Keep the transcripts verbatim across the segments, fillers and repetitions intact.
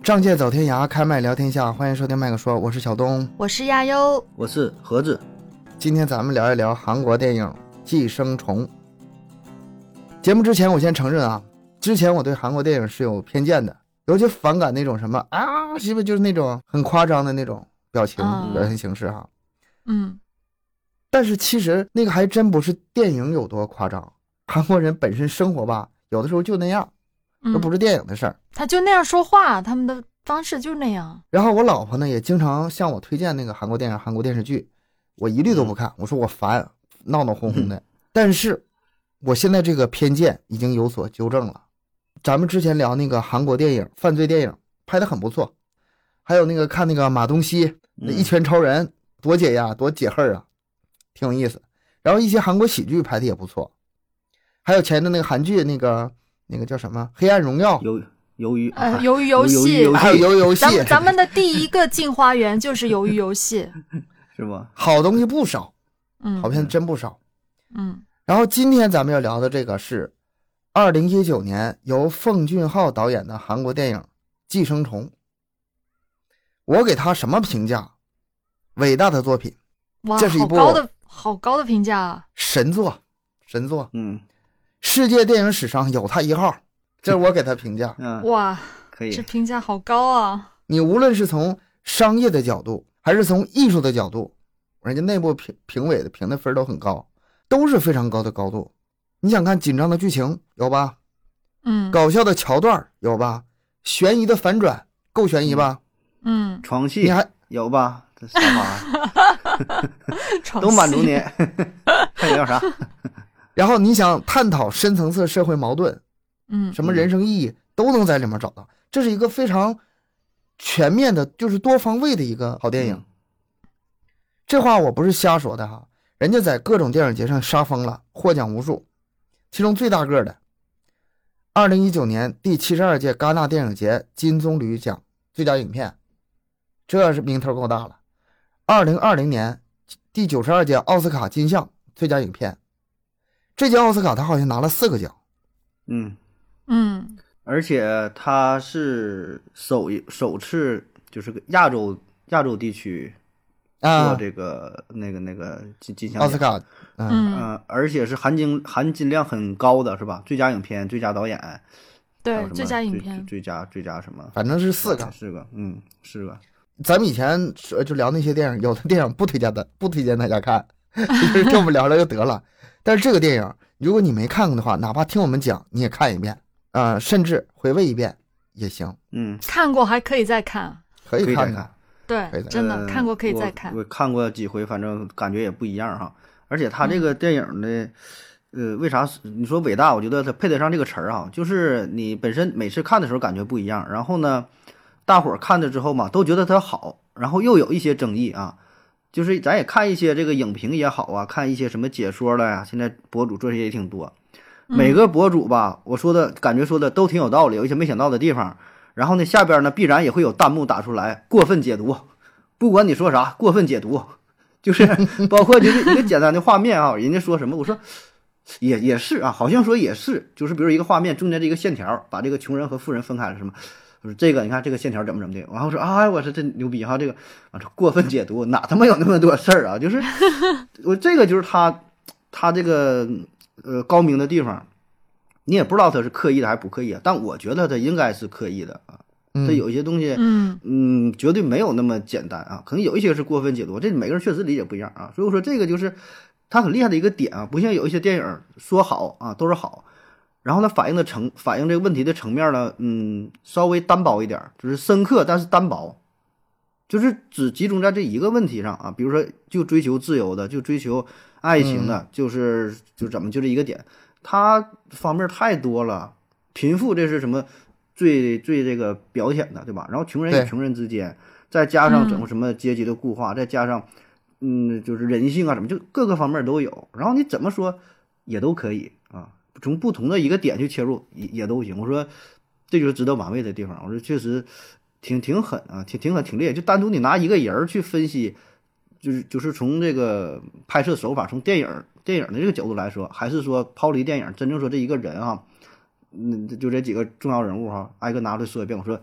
仗剑走天涯，开麦聊天下，欢迎收听麦克说，我是小东， 我是亚优， 我是盒子。 今天咱们聊一聊韩国电影《寄生虫》。节目之前我先承认啊，之前我对韩国电影是有偏见的，尤其反感那种什么啊，是不是就是那种很夸张的那种表情、嗯、表现形式哈。 嗯， 但是其实那个还真不是电影有多夸张，韩国人本身生活吧，有的时候就那样。这不是电影的事儿、嗯， 他就那样说话，他们的方式就那样。 然后我老婆呢也经常向我推荐那个韩国电影、韩国电视剧，我一律都不看，嗯、我说我烦，闹闹哄哄的、嗯。但是我现在这个偏见已经有所纠正了。咱们之前聊那个韩国电影、犯罪电影拍得很不错，还有那个看那个马东锡那一拳超人、嗯、多解压多解恨啊，挺有意思。然后一些韩国喜剧拍的也不错，还有前的那个韩剧那个。那个叫什么？黑暗荣耀， 鱿鱿鱼， 呃，鱿鱼游戏， 还有鱿鱼游戏。 咱们咱们的第一个进花园就是鱿鱼游戏， 是吧？ 好东西不少， 嗯， 好片真不少， 嗯。 然后今天咱们要聊的这个是二零一九年由奉俊昊导演的韩国电影《寄生虫》。我给他什么评价？伟大的作品， 哇， 这是一部好高的好高的评价啊！ 神作，神作， 嗯。 世界电影史上有他一号，这是我给他评价。 嗯， 哇， 可以， 这评价好高啊！ 你无论是从商业的角度，还是从艺术的角度，人家内部评评委的评的分都很高，都是非常高的高度。你想看紧张的剧情有吧？ 嗯， 搞笑的桥段有吧？悬疑的反转够悬疑吧？ 嗯， 床戏你还有吧？这啥玩意都满足你，还有啥？ 然后你想探讨深层次社会矛盾， 嗯， 什么人生意义都能在里面找到，这是一个非常全面的，就是多方位的一个好电影。嗯、这话我不是瞎说的哈，人家在各种电影节上杀疯了，获奖无数，其中最大个的，二零一九年第七十二届戛纳电影节金棕榈奖最佳影片，这是名头够大了。二零二零年第九十二届奥斯卡金像最佳影片。这届奥斯卡他好像拿了四个奖， 嗯嗯， 而且他是首首次就是个亚洲亚洲地区做这个、啊、那个那个金金像奥斯卡， 嗯、 呃，而且是含金含金量很高的是吧？最佳影片、最佳导演， 对，最佳影片、 最佳最佳什么， 反正是四个， 四个，嗯，四个。 咱们以前就聊那些电影，有的电影不推荐的，不推荐大家看，就是跟我们聊聊就得了。但是这个电影，如果你没看过的话，哪怕听我们讲，你也看一遍啊、呃，甚至回味一遍也行。 嗯， 看过还可以再看， 可以看看。 对，真的、呃、看过可以再看我。我看过几回，反正感觉也不一样哈。而且他这个电影呢，嗯、呃，为啥你说伟大？我觉得他配得上这个词儿啊，就是你本身每次看的时候感觉不一样，然后呢，大伙儿看了之后嘛，都觉得它好，然后又有一些争议啊。就是咱也看一些这个影评也好啊，看一些什么解说了呀，现在博主做这些也挺多。每个博主吧，我说的感觉说的都挺有道理，有一些没想到的地方。然后呢，下边呢必然也会有弹幕打出来过分解读，不管你说啥，过分解读，就是包括就是一个简单的画面啊，人家说什么，我说也也是啊，好像说也是，就是比如一个画面中间这个线条把这个穷人和富人分开了什么。就是这个，你看这个线条怎么怎么的，然后说啊，我说这牛逼哈，这个啊，这过分解读，哪他妈有那么多事儿啊？就是我这个就是他他这个呃高明的地方，你也不知道他是刻意的还是不刻意啊，但我觉得他应该是刻意的啊。他有一些东西， 嗯嗯，绝对没有那么简单啊，可能有一些是过分解读，这每个人确实理解不一样啊。所以我说这个就是他很厉害的一个点啊，不像有一些电影说好啊都是好。然后呢，反映的层反映这个问题的层面呢，嗯，稍微单薄一点，就是深刻但是单薄，就是只集中在这一个问题上啊。比如说，就追求自由的，就追求爱情的，嗯、就是就怎么就这一个点，它方面太多了。贫富这是什么最最这个表显的，对吧？然后穷人与穷人之间，再加上整个什么阶级的固化，嗯、再加上嗯，就是人性啊什么，就各个方面都有。然后你怎么说也都可以啊。从不同的一个点去切入也也都行，我说这就是值得玩味的地方。我说确实挺挺狠啊，挺挺狠挺厉害。就单独你拿一个人去分析，就是就是从这个拍摄手法，从电影电影的这个角度来说，还是说抛离电影，真正说这一个人啊，嗯，就这几个重要人物哈、啊，挨个拿出来说一遍。我说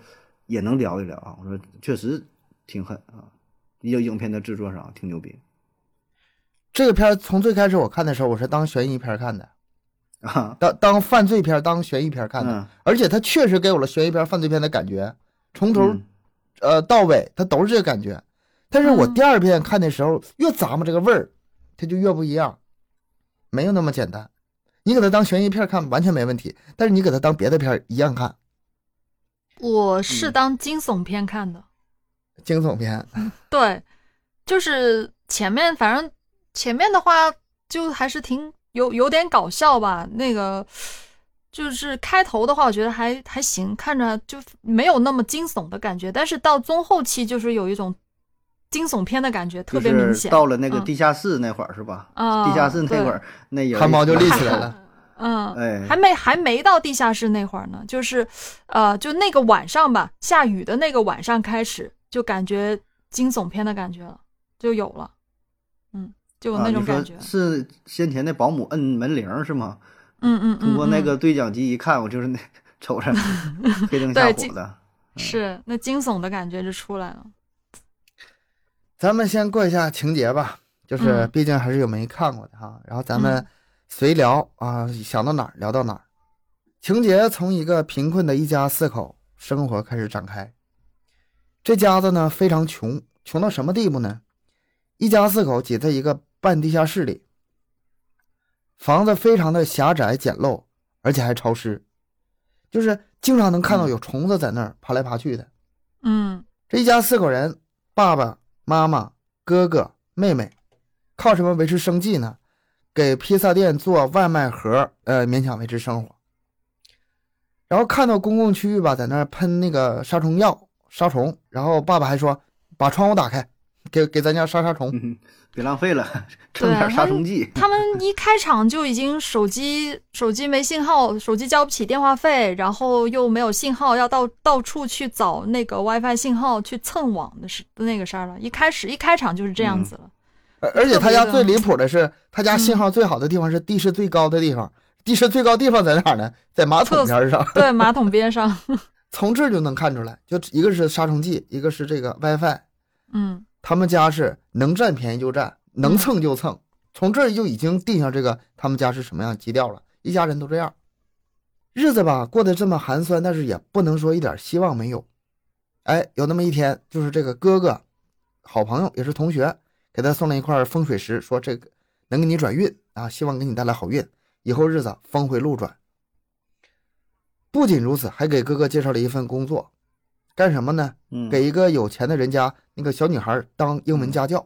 也能聊一聊啊。我说确实挺狠啊，一个影片的制作上挺牛逼这个片儿从最开始我看的时候，我是当悬疑片看的， 啊。 当当犯罪片、当悬疑片看的， 嗯而且它确实给我了悬疑片、犯罪片的感觉，从头、 嗯呃到尾它都是这个感觉。但是我嗯第二遍看的时候，越咂摸这个味儿，它就越不一样，没有那么简单。你给它当悬疑片看完全没问题，但是你给它当别的片一样看， 我是当惊悚片看的。 惊悚片。 对，就是前面反正前面的话就还是挺有有点搞笑吧，那个就是开头的话我觉得还还行，看着就没有那么惊悚的感觉，但是到中后期就是有一种惊悚片的感觉，特别明就是显。 到了那个嗯地下室那会儿、是吧？ 啊地下室那会儿那人汗毛就立起来了。 嗯， 哎还没还没到地下室那会儿呢，就是呃，就那个晚上吧，下雨的那个晚上开始，就感觉惊悚片的感觉了，就有了，嗯，就有那种感觉。 啊、你说是先前那保姆摁门铃是吗？ 嗯嗯嗯， 通过那嗯个对讲机一看，我就是那瞅着黑灯瞎对火的。 是那惊悚的感觉就出来了。 咱们先过一下情节吧，就是嗯毕竟还是有没看过的哈，然后咱们随聊啊，想到哪儿聊到哪儿。情节从一个贫困的一家四口生活开始展开。这家子呢非常穷，穷到什么地步呢？一家四口挤在一个半地下室里，房子非常的狭窄简陋，而且还潮湿，就是经常能看到有虫子在那儿爬来爬去的。 嗯这一家四口人，爸爸妈妈、哥哥、妹妹，靠什么维持生计呢？给披萨店做外卖盒，呃，勉强维持生活。然后看到公共区域吧，在那儿喷那个杀虫药、杀虫，然后爸爸还说把窗户打开，给给咱家杀杀虫。 嗯，别浪费了，蹭点杀虫剂。 他们一开场就已经手机手机没信号，手机交不起电话费，然后又没有信号，要到到处去找那个 WiFi 信号去蹭网的事那个事儿了。一开始一开场就是这样子了。 而而且他家最离谱的是，他家信号最好的地方是地势最高的地方。地势最高地方在哪儿呢？在马桶边上。 对，马桶边上。 从这就能看出来，就一个是杀虫剂，一个是这个 WiFi。 嗯， 他们家是能占便宜就占，能蹭就蹭。从这儿就已经定下这个他们家是什么样基调了。一家人都这样，日子吧过得这么寒酸，但是也不能说一点希望没有。哎，有那么一天，就是这个哥哥，好朋友也是同学，给他送了一块风水石，说这个能给你转运啊，希望给你带来好运，以后日子峰回路转。不仅如此，还给哥哥介绍了一份工作，干什么呢？ 嗯， 给一个有钱的人家那个小女孩当英文家教。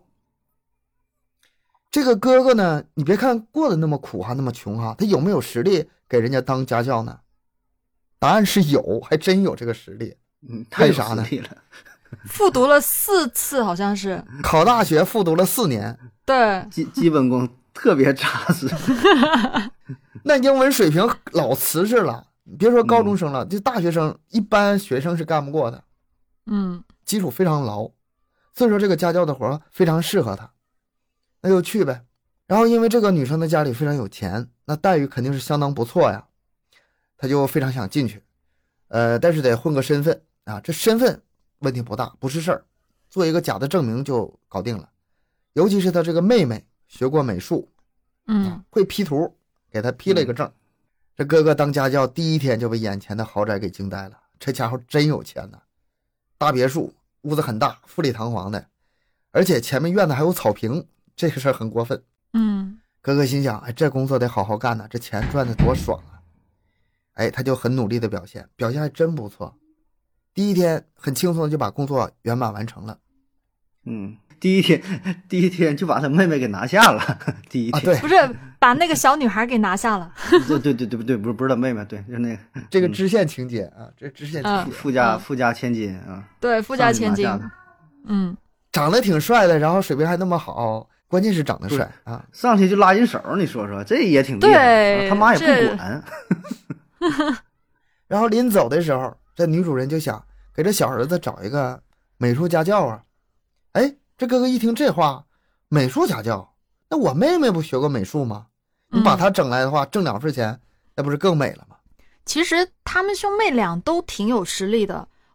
这个哥哥呢，你别看过得那么苦哈，那么穷哈，他有没有实力给人家当家教呢？答案是有，还真有这个实力。 嗯，太有为啥呢实力了。 复读了四次，好像是。 考大学复读了四年， 对， 基基本功特别扎实。 那英文水平老瓷实了。别说高中生了，就大学生，一般学生是干不过的， 嗯基础非常牢。所以说这个家教的活非常适合他，那就去呗。然后因为这个女生的家里非常有钱，那待遇肯定是相当不错呀，他就非常想进去，呃，但是得混个身份啊，这身份问题不大，不是事儿，做一个假的证明就搞定了。尤其是他这个妹妹学过美术， 嗯会 P 图，给他 P 了一个证。这哥哥当家教第一天就被眼前的豪宅给惊呆了，这家伙真有钱呐！大别墅，屋子很大，富丽堂皇的，而且前面院子还有草坪，这个事儿很过分。 嗯哥哥心想，哎，这工作得好好干呐，这钱赚的多爽啊！哎，他就很努力的表现，表现还真不错。第一天很轻松的就把工作圆满完成了。 嗯，第一天第一天就把他妹妹给拿下了。第一天、 啊，对， 不是把那个小女孩给拿下了。 对对对对不对，不是不是他妹妹，对，就是那个这个支线情节啊，这支线情节， 富家嗯富家千金啊， 对，富家千金上去拿下。的嗯， 长得挺帅的，然后水平还那么好，关键是长得帅啊。 上去就拉人手，你说说，这也挺厉害对啊他妈也这不管。 然后临走的时候，这女主人就想给这小儿子找一个美术家教啊。哎，这哥哥一听这话，美术家教，那我妹妹不学过美术吗？你把她整来的话，挣两份钱，那不是更美了吗？ 其实他们兄妹俩都挺有实力的。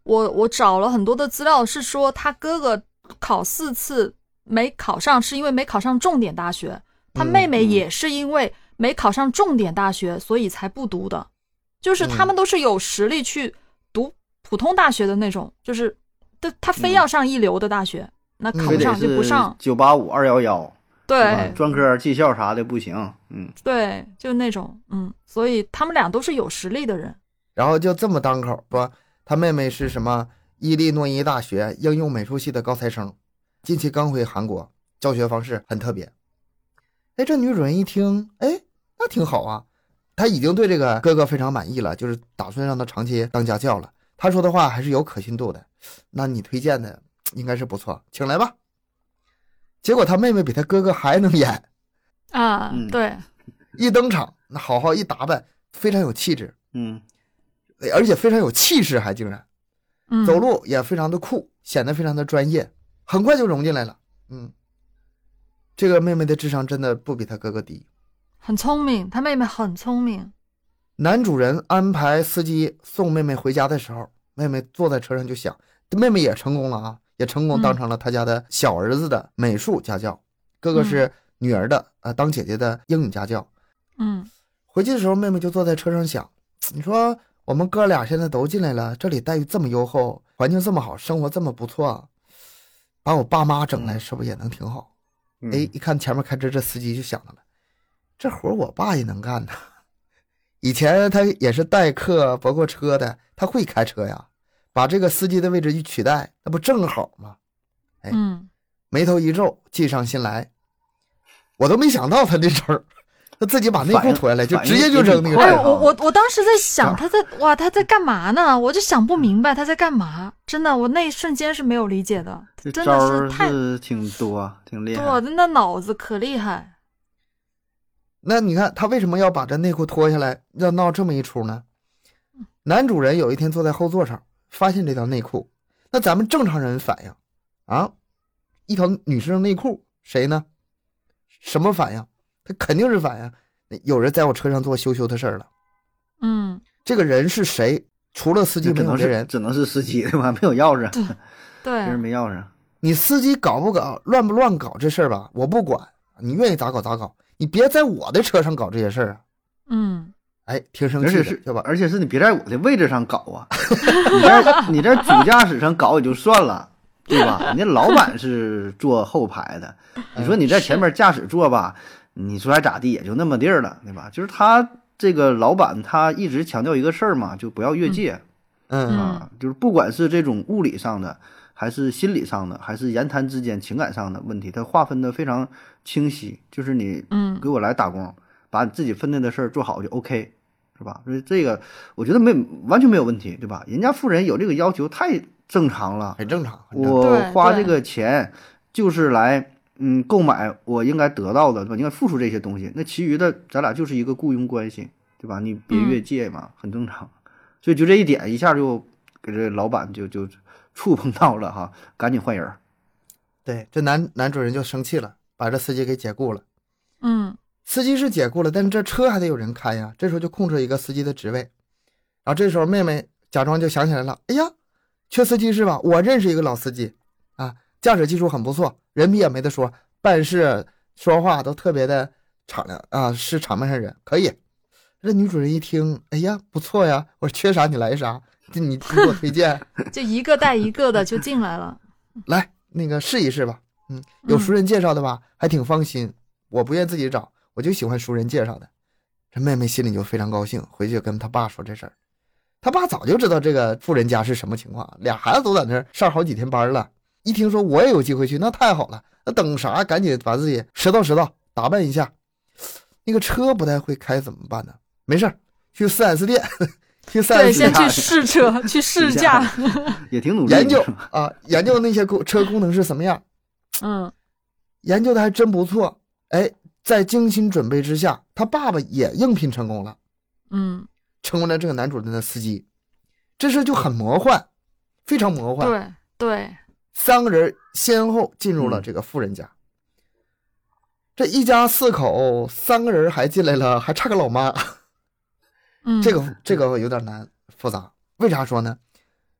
我我找了很多的资料，是说他哥哥考四次没考上，是因为没考上重点大学，他妹妹也是因为没考上重点大学，所以才不读的。就是他们都是有实力去读普通大学的那种，就是他非要上一流的大学，那考不上就不上。 九八五二幺幺， 对， 专科技校啥的不行，嗯， 对，就那种，嗯，所以他们俩都是有实力的人。 然后就这么当口说，他妹妹是什么伊利诺伊大学应用美术系的高材生，近期刚回韩国，教学方式很特别。哎，这女主人一听，哎，那挺好啊。他已经对这个哥哥非常满意了，就是打算让他长期当家教了。他说的话还是有可信度的，那你推荐的应该是不错，请来吧。结果他妹妹比他哥哥还能演啊，对， 一登场那好好一打扮，非常有气质， 嗯， 而且非常有气势，还竟然， 嗯， 走路也非常的酷，显得非常的专业，很快就融进来了。嗯，这个妹妹的智商真的不比他哥哥低。 很聪明，他妹妹很聪明。 男主人安排司机送妹妹回家的时候，妹妹坐在车上就想，妹妹也成功了啊，也成功当成了他家的小儿子的美术家教，嗯、哥哥是女儿的呃当姐姐的英语家教。 嗯， 回去的时候，妹妹就坐在车上想，你说我们哥俩现在都进来了，这里待遇这么优厚，环境这么好，生活这么不错，把我爸妈整来是不是也能挺好？ 嗯、 哎，一看前面开着这司机就想到了。这活我爸也能干呢，以前他也是代课包括车的，他会开车呀，把这个司机的位置一取代，那不正好吗？哎， 嗯， 眉头一皱，计上心来，我都没想到他这招，他自己把内裤脱下来就直接就扔那个。 哎，我我我当时在想他在哇他在干嘛呢？我就想不明白他在干嘛，真的，我那一瞬间是没有理解的，真的是太是挺多挺厉害， 哇，那脑子可厉害。 那你看他为什么要把这内裤脱下来，要闹这么一出呢？男主人有一天坐在后座上，发现这条内裤，那咱们正常人反应啊，一条女生内裤，谁呢？什么反应？他肯定是反应，有人在我车上做羞羞的事儿了。 嗯， 这个人是谁？除了司机没有别人， 只能是司机对吧？没有钥匙， 对，对， 别人没钥匙。 你司机搞不搞，乱不乱搞这事儿吧，我不管，你愿意咋搞咋搞。你别在我的车上搞这些事儿啊！ 嗯， 哎，挺生气的， 是对吧？ 而且是你别在我的位置上搞啊！你在你在主驾驶上搞也就算了，对吧？你那老板是坐后排的，你说你在前面驾驶座吧，你说还咋地，也就那么地儿了，对吧？就是他这个老板，他一直强调一个事儿嘛，就不要越界， 嗯啊，就是不管是这种物理上的，还是心理上的，还是言谈之间情感上的问题，他划分的非常清晰，就是你嗯给我来打工，嗯、把你自己分内的事儿做好就 OK， 是吧？所以这个我觉得没完全没有问题，对吧？人家富人有这个要求太正常了， 很正常。很正常我花这个钱就是来嗯购买我应该得到的，对吧？应该付出这些东西，那其余的咱俩就是一个雇佣关系，对吧？你别越界嘛，嗯、很正常。所以就这一点一下就给这老板就就触碰到了哈，赶紧换人。 对，这男男主人就生气了。把这司机给解雇了， 嗯， 司机是解雇了，但是这车还得有人开呀。这时候就空出一个司机的职位，然后这时候妹妹假装就想起来了，哎呀，缺司机是吧？我认识一个老司机啊，驾驶技术很不错，人品也没得说，办事说话都特别的敞亮啊，是场面上人，可以。这女主人一听，哎呀，不错呀，我说缺啥你来啥，你你给我推荐， 就一个带一个的就进来了， 来那个试一试吧。嗯，有熟人介绍的吧，还挺放心。我不愿自己找，我就喜欢熟人介绍的。这妹妹心里就非常高兴，回去跟他爸说这事儿。他爸早就知道这个富人家是什么情况，俩孩子都在那儿上好几天班了。一听说我也有机会去，那太好了。那等啥？赶紧把自己拾掇拾掇，打扮一下。那个车不太会开怎么办呢？没事，去 四 S 店。去对，先去试车，去试驾， 也挺努力研究啊，研究那些车功能是什么样。 嗯， 研究的还真不错。哎，在精心准备之下，他爸爸也应聘成功了。 嗯， 成为了这个男主人的司机。这事就很魔幻，非常魔幻。 对对， 三个人先后进入了这个富人家。嗯、这一家四口，三个人还进来了，还差个老妈。 嗯， 这个这个有点难复杂。为啥说呢？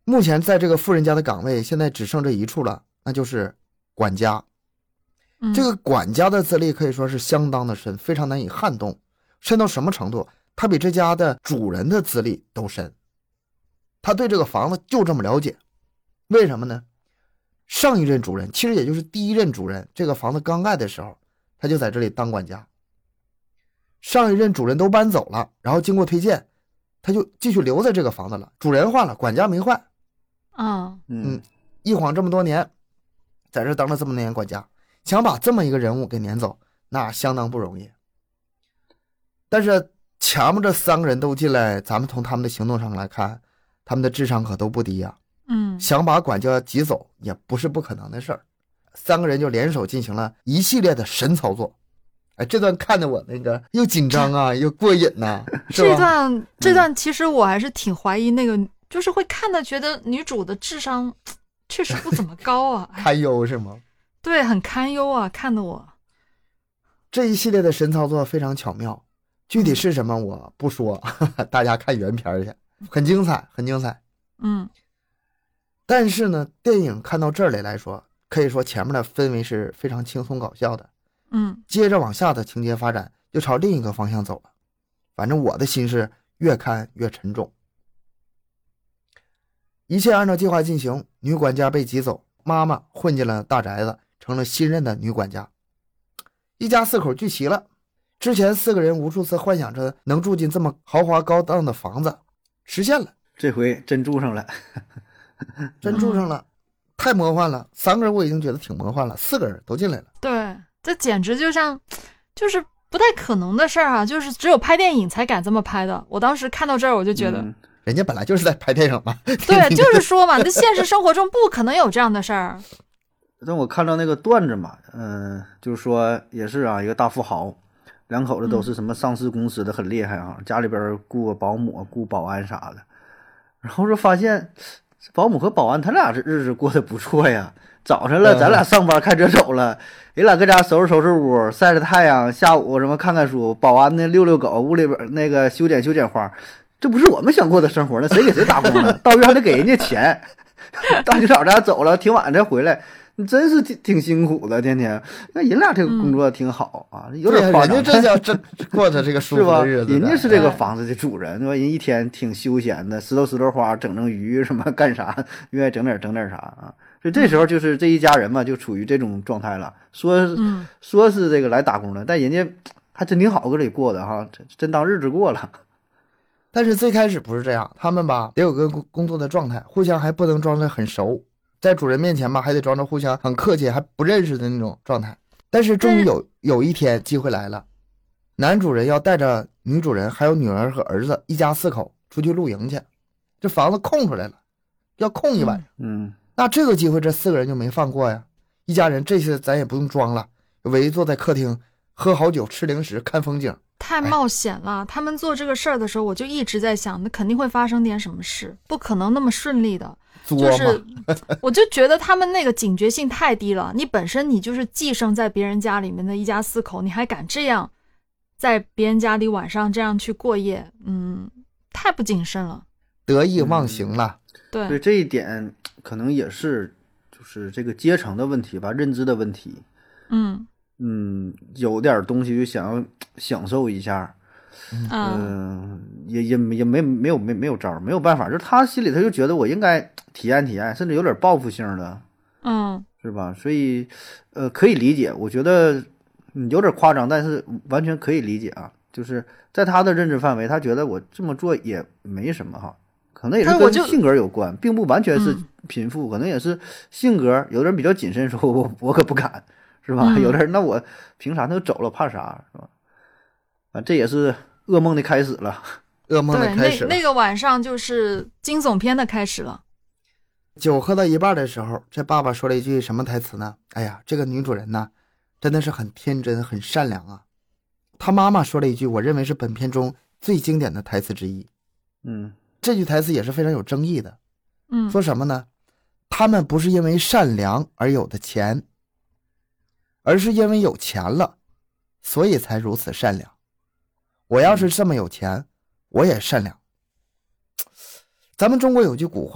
目前在这个富人家的岗位现在只剩这一处了，那就是管家。 嗯这个管家的资历可以说是相当的深，非常难以撼动。深到什么程度？他比这家的主人的资历都深。他对这个房子就这么了解。为什么呢？上一任主人，其实也就是第一任主人，这个房子刚盖的时候，他就在这里当管家。上一任主人都搬走了，然后经过推荐，他就继续留在这个房子了。主人换了，管家没换。 啊， 嗯， 一晃这么多年，在这当了这么多年管家，想把这么一个人物给撵走，那相当不容易。但是前面这三个人都进来，咱们从他们的行动上来看，他们的智商可都不低呀、啊。 嗯， 想把管家挤走也不是不可能的事儿。三个人就联手进行了一系列的神操作。哎，这段看得我那个又紧张啊，又过瘾呐、啊。 这段这段其实我还是挺怀疑那个，就是会看的觉得女主的智商确实不怎么高啊， 堪忧是吗？ 对，很堪忧啊，看得我。 这一系列的神操作非常巧妙，具体是什么我不说，呵呵大家看原片去，很精彩，很精彩。 嗯， 但是呢，电影看到这儿来来说，可以说前面的氛围是非常轻松搞笑的。 嗯， 接着往下的情节发展就朝另一个方向走了。反正我的心是越看越沉重。一切按照计划进行，女管家被挤走，妈妈混进了大宅子，成了新任的女管家。一家四口聚齐了。之前四个人无数次幻想着能住进这么豪华高档的房子，实现了， 这回真住上了。 真住上了，太魔幻了。三个人我已经觉得挺魔幻了，四个人都进来了。 对，这简直就像就是不太可能的事儿啊，就是只有拍电影才敢这么拍的。我当时看到这儿我就觉得、 嗯、 人家本来就是在拍电影嘛。 对，就是说嘛，这现实生活中不可能有这样的事儿。 但我看到那个段子嘛，嗯、呃，就是说也是啊，一个大富豪，两口子都是什么上市公司的，很厉害啊，家里边雇个保姆、雇保安啥的，然后就发现保姆和保安他俩这日子过得不错呀。早晨了，咱俩上班开车走了，人俩搁家收拾收拾屋，晒晒太阳，下午什么看看书，保安呢遛遛狗，屋里边那个修剪修剪花，这不是我们想过的生活，那谁给谁打工呢？到月还得给人家钱，大清早咱俩走了，挺晚才回来。你真是挺挺辛苦的，天天。那人俩这个工作挺好啊，嗯、有点夸张。 人家这叫真过着这个舒服的日子， 人家是这个房子的主人，对吧？人一天挺休闲的，拾掇拾掇花，整整鱼什么干啥，愿意整点整点啥啊。所以这时候就是这一家人嘛，就处于这种状态了。说、嗯、说是这个来打工的，但人家还真挺好，搁这里过的哈，真当日子过了。 但是最开始不是这样，他们吧得有个工作的状态，互相还不能装得很熟。在主人面前吧，还得装着互相很客气，还不认识的那种状态。但是终于有有一天机会来了，男主人要带着女主人还有女儿和儿子一家四口出去露营去，这房子空出来了，要空一晚上。 嗯， 那这个机会这四个人就没放过呀。一家人这些咱也不用装了，围坐在客厅喝好酒吃零食看风景， 太冒险了。他们做这个事儿的时候，我就一直在想，那肯定会发生点什么事，不可能那么顺利的。就是我就觉得他们那个警觉性太低了，你本身你就是寄生在别人家里面的一家四口，你还敢这样在别人家里晚上这样去过夜，嗯，太不谨慎了， 得意忘形了。 嗯、对，对这一点可能也是就是这个阶层的问题吧，认知的问题。 嗯嗯，有点东西就想要享受一下。 嗯、 呃，也也也没没有没没有招，没有办法，就是他心里他就觉得我应该体验体验，甚至有点报复性的， 嗯， 是吧？所以，呃，可以理解，我觉得嗯有点夸张，但是完全可以理解啊。就是在他的认知范围，他觉得我这么做也没什么哈，可能也是跟性格有关，并不完全是贫富，嗯、可能也是性格，有的人比较谨慎，说我我可不敢，是吧？嗯、有的人那我凭啥他就走了，怕啥，是吧？啊，这也是噩梦的开始了， 噩梦的开始了。 对，那那个晚上就是惊悚片的开始了。 酒喝到一半的时候，这爸爸说了一句什么台词呢？哎呀，这个女主人呢，真的是很天真，很善良啊。他妈妈说了一句，我认为是本片中最经典的台词之一。 嗯， 这句台词也是非常有争议的。 嗯， 说什么呢？他们不是因为善良而有的钱，而是因为有钱了，所以才如此善良。我要是这么有钱，我也善良。咱们中国有句古话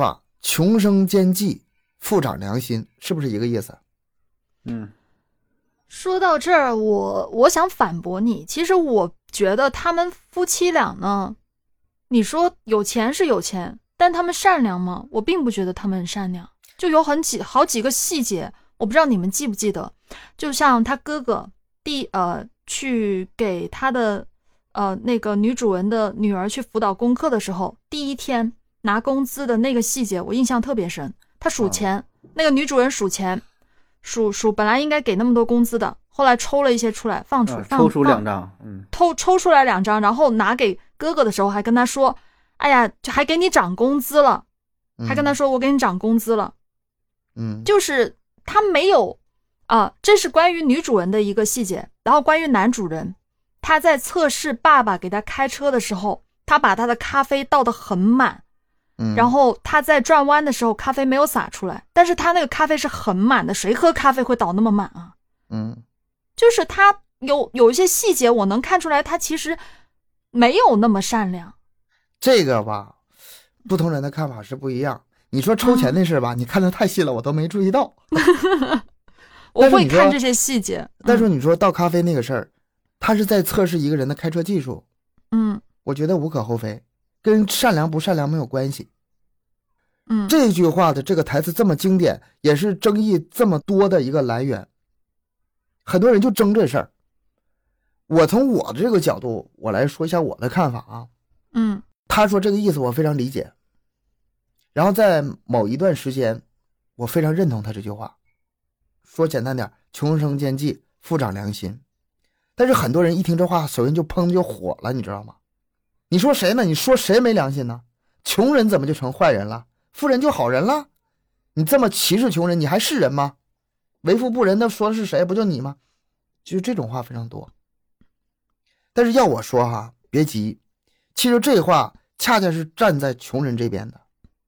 穷生奸计，富长良心，是不是一个意思？ 嗯， 说到这儿，我我想反驳你。其实我觉得他们夫妻俩呢，你说有钱是有钱，但他们善良吗？我并不觉得他们很善良。就有很几好几个细节，我不知道你们记不记得，就像他哥哥第呃去给他的呃那个女主人的女儿去辅导功课的时候，第一天拿工资的那个细节，我印象特别深。他数钱，哦、那个女主人数钱。数数本来应该给那么多工资的，后来抽了一些出来放出， 啊、抽出两张，嗯， 抽抽出来两张，然后拿给哥哥的时候还跟他说：“哎呀，就还给你涨工资了。嗯”还跟他说：“我给你涨工资了。” 嗯， 就是他没有啊，这是关于女主人的一个细节。然后关于男主人，他在测试爸爸给他开车的时候，他把他的咖啡倒得很满。然后他在转弯的时候咖啡没有洒出来，但是他那个咖啡是很满的，谁喝咖啡会倒那么满啊？ 嗯， 就是他有有一些细节我能看出来他其实没有那么善良。 这个吧，不同人的看法是不一样。你说抽钱那事吧、嗯、你看得太细了，我都没注意到。 我会看这些细节。 但是你说倒咖啡那个事儿，他是在测试一个人的开车技术， 嗯， 我觉得无可厚非，跟善良不善良没有关系。 嗯， 这句话的这个台词这么经典，也是争议这么多的一个来源。很多人就争这事儿。我从我的这个角度，我来说一下我的看法啊。 嗯， 他说这个意思我非常理解。然后在某一段时间，我非常认同他这句话。说简单点，穷生奸计，富长良心。但是很多人一听这话，首先就砰就火了，你知道吗？你说谁呢？你说谁没良心呢？穷人怎么就成坏人了？富人就好人了？你这么歧视穷人，你还是人吗？为富不仁的说的是谁？不就你吗？就是这种话非常多。但是要我说哈，别急，其实这话恰恰是站在穷人这边的。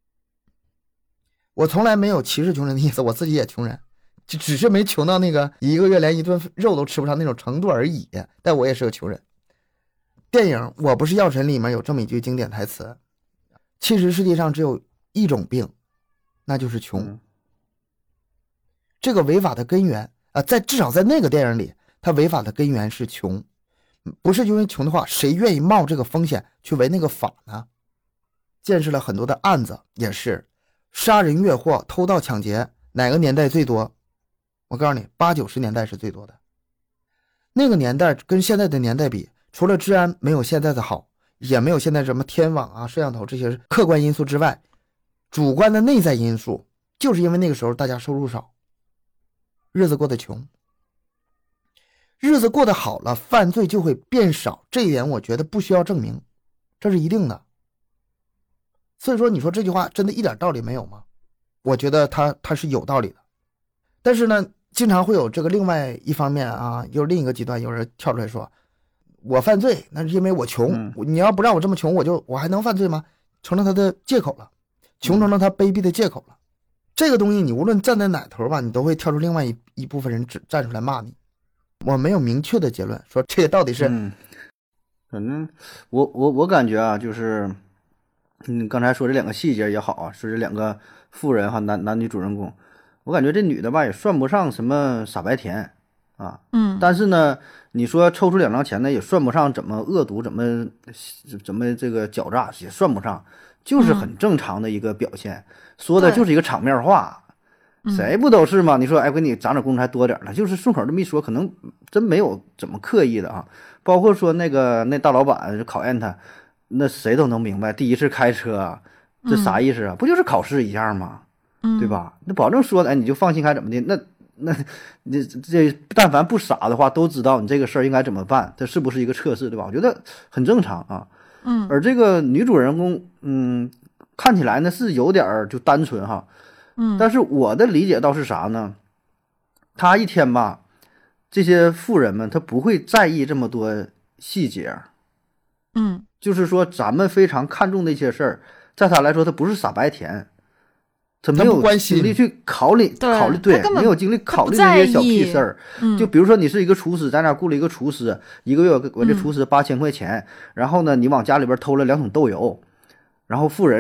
我从来没有歧视穷人的意思，我自己也穷人，就只是没穷到那个一个月连一顿肉都吃不上那种程度而已，但我也是个穷人。电影《我不是药神》里面有这么一句经典台词，其实世界上只有一种病，那就是穷。 嗯、 这个违法的根源啊，在至少在那个电影里，它违法的根源是穷，不是因为穷的话，谁愿意冒这个风险去违那个法呢？见识了很多的案子，也是杀人越货、偷盗抢劫，哪个年代最多？我告诉你，八九十年代是最多的。那个年代跟现在的年代比，除了治安没有现在的好，也没有现在什么天网啊、摄像头这些客观因素之外，主观的内在因素，就是因为那个时候大家收入少，日子过得穷。日子过得好了，犯罪就会变少，这一点我觉得不需要证明，这是一定的。所以说你说这句话真的一点道理没有吗？我觉得它它是有道理的。但是呢，经常会有这个另外一方面啊，又另一个极端，有人跳出来说我犯罪那是因为我穷、嗯、你要不让我这么穷，我就我还能犯罪吗？成了他的借口了，穷成了他卑鄙的借口了、嗯、这个东西你无论站在哪头吧，你都会跳出另外一一部分人只站出来骂你。我没有明确的结论说这个到底是、 嗯、反正我我我感觉啊，就是嗯刚才说这两个细节也好啊，说这两个妇人哈，男男女主人公，我感觉这女的吧也算不上什么傻白甜啊， 嗯， 但是呢，你说抽出两张钱呢，也算不上怎么恶毒，怎么怎么这个狡诈，也算不上，就是很正常的一个表现，嗯、说的就是一个场面话，谁不都是吗？你说，哎，我给你涨点工资还多点了，就是顺口这么一说，可能真没有怎么刻意的啊。包括说那个那大老板考验他，那谁都能明白，第一次开车，这啥意思啊？嗯、不就是考试一样吗？ 嗯、 对吧？那保证说的，哎，你就放心开怎么的？那那你这但凡不傻的话，都知道你这个事儿应该怎么办，这是不是一个测试，对吧？我觉得很正常啊。 嗯。 而这个女主人公，嗯，看起来呢是有点就单纯哈。 嗯。 但是我的理解倒是啥呢？她一天吧，这些富人们他不会在意这么多细节。 嗯。 就是说，咱们非常看重的一些事儿，在他来说，他不是傻白甜。他没有精力去考虑考虑，对，没有精力考虑那些小屁事儿。 嗯、 就比如说，你是一个厨师，在那雇了一个厨师，一个月我这厨师八千块钱，嗯、然后呢，你往家里边偷了两桶豆油，然后富人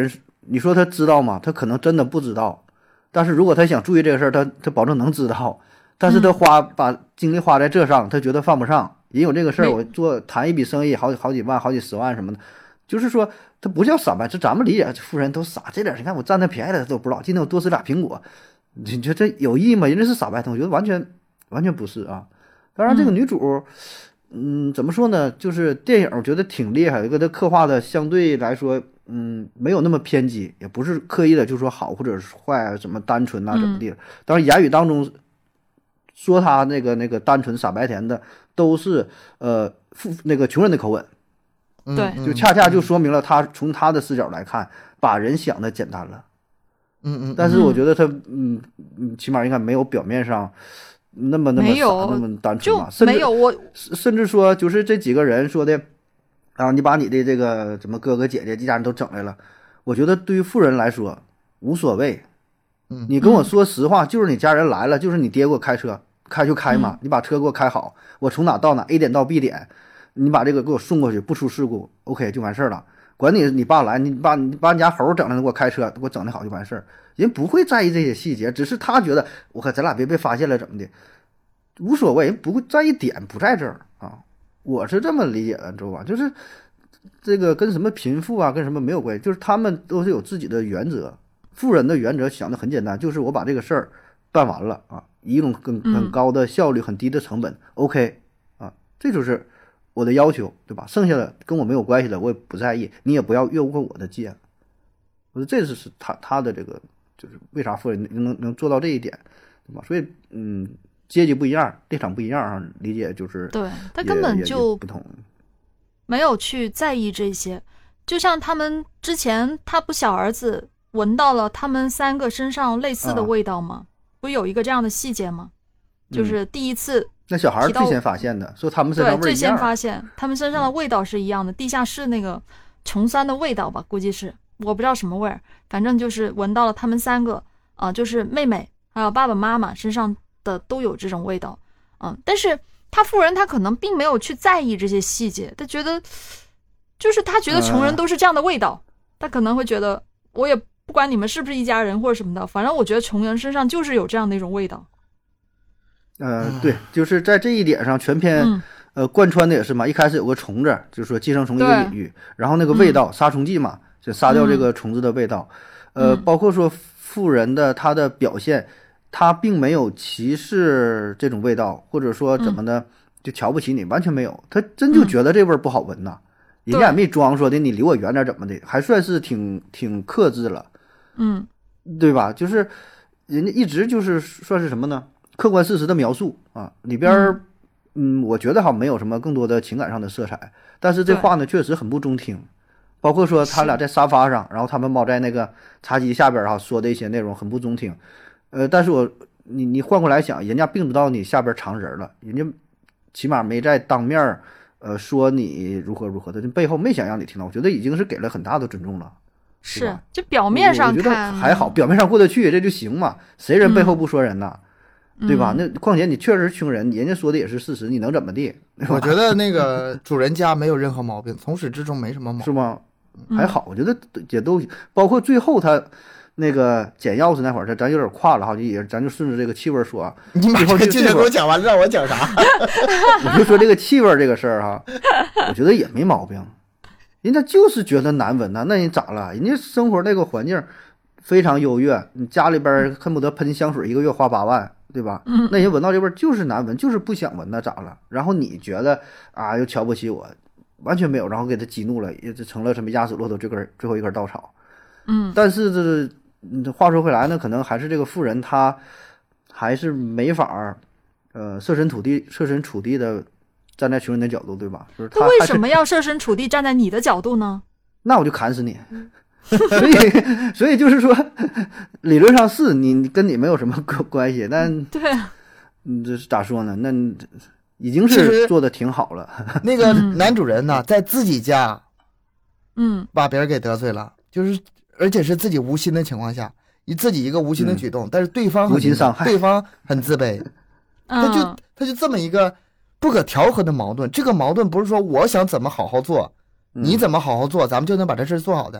你说他知道吗？他可能真的不知道，但是如果他想注意这个事儿，他他保证能知道。但是他花、嗯、把精力花在这上，他觉得犯不上。也有这个事儿，我做谈一笔生意，好几好几万、好几十万什么的，就是说他不叫傻白，这咱们理解富人都傻，这点你看我占他便宜了他都不知道。今天我多吃俩苹果，你觉得这有意义吗？人家是傻白甜，我觉得完全完全不是啊。当然这个女主。嗯嗯，怎么说呢？就是电影，我觉得挺厉害，一个它刻画的相对来说，嗯，没有那么偏激，也不是刻意的就说好或者是坏啊，怎么单纯啊，怎么地。嗯、当然，言语当中说他那个那个单纯傻白甜的，都是呃富那个穷人的口吻。 对， 就恰恰就说明了他从他的视角来看，把人想的简单了。 嗯嗯。 但是我觉得他，嗯嗯，起码应该没有表面上。那么那么傻那么单纯嘛， 没有我甚至说就是这几个人说的啊，你把你的这个什么哥哥姐姐一家人都整来了，我觉得对于富人来说无所谓。 嗯， 你跟我说实话，就是你家人来了，就是你爹给我开车，开就开嘛， 嗯、 你把车给我开好，我从哪到哪 A 点到 B 点，你把这个给我送过去，不出事故 ，OK 就完事儿了。管你你爸来，你把你把你家猴整来，给我开车，给我整的好就完事儿。人不会在意这些细节，只是他觉得我看咱俩别被发现了怎么的，无所谓，不会在意点不在这儿啊。我是这么理解的，知道吧？就是这个跟什么贫富啊，跟什么没有关系，就是他们都是有自己的原则。富人的原则想的很简单，就是我把这个事儿办完了啊，以一种很很高的效率、很低的成本、嗯、，OK 啊，这就是我的要求，对吧？剩下的跟我没有关系的，我也不在意，你也不要越过我的界。我说这是他他的这个。就是为啥富人能能做到这一点，对吧？所以，嗯，阶级不一样，立场不一样啊，理解就是对他根本就不同， 没有去在意这些。就像他们之前，他不小儿子闻到了他们三个身上类似的味道吗？啊、不有一个这样的细节吗？就是第一次、嗯， 那小孩最先发现的，说他们身上味儿一样， 对，最先发现他们身上的味道是一样的，嗯、地下室那个穷酸的味道吧，估计是。我不知道什么味儿，反正就是闻到了他们三个啊、呃，就是妹妹还有爸爸妈妈身上的都有这种味道，嗯，但是他富人他可能并没有去在意这些细节，他觉得就是他觉得穷人都是这样的味道，呃、他可能会觉得我也不管你们是不是一家人或者什么的，反正我觉得穷人身上就是有这样的一种味道。 呃，对，就是在这一点上，全篇、嗯、呃贯穿的也是嘛，一开始有个虫子，就是说寄生虫一个隐喻，然后那个味道、嗯、杀虫剂嘛。就杀掉这个虫子的味道，嗯、呃，包括说富人的他的表现，他并没有歧视这种味道，或者说怎么的就瞧不起你，完全没有，他真就觉得这味儿不好闻呐，嗯、人家也没装说的你离我远点怎么的，还算是挺挺克制了， 嗯， 对吧？就是人家一直就是算是什么呢？客观事实的描述啊，里边儿，嗯，我觉得好像没有什么更多的情感上的色彩，但是这话呢确实很不中听。包括说他俩在沙发上，然后他们猫在那个茶几下边哈、啊、说的一些内容很不中听，呃，但是我你你换过来想，人家并不知道你下边藏人了，人家起码没在当面呃说你如何如何的，背后没想让你听到，我觉得已经是给了很大的尊重了。 是，就表面上看， 我觉得还好，表面上过得去这就行嘛，谁人背后不说人呐？嗯、对吧？那况且你确实穷人，人家说的也是事实，你能怎么地？ 我觉得那个主人家没有任何毛病，从始至终没什么毛病， 是吗？还好，我觉得也都包括最后他那个捡钥匙那会儿，他咱有点跨了哈，就也咱就顺着这个气味说啊。 你把这个剧情给我讲完了，让我讲啥？ 我就说这个气味这个事儿哈，我觉得也没毛病。人家就是觉得难闻呐，那你咋了？人家生活那个环境非常优越，你家里边恨不得喷香水一个月花八万，对吧？嗯，那人闻到这味儿就是难闻，就是不想闻，那咋了？然后你觉得啊，又瞧不起我？完全没有，然后给他激怒了，也就成了什么压死骆驼这根最后一根稻草。 嗯， 但是这话说回来呢，可能还是这个富人他还是没法呃设身处地设身处地的站在穷人的角度，对吧？就是他为什么要设身处地站在你的角度呢？ 那我就砍死你。所以所以就是说，理论上是你跟你没有什么关系，但对， 嗯，这是咋说呢？那。已经是做的挺好了。 那个男主人呢，在自己家， 嗯， 把别人给得罪了，就是而且是自己无心的情况下，以自己一个无心的举动，嗯、但是对方很无心伤害， 对方很自卑， 嗯、 他就他就这么一个不可调和的矛盾。这个矛盾不是说我想怎么好好做， 嗯、 你怎么好好做，咱们就能把这事做好的。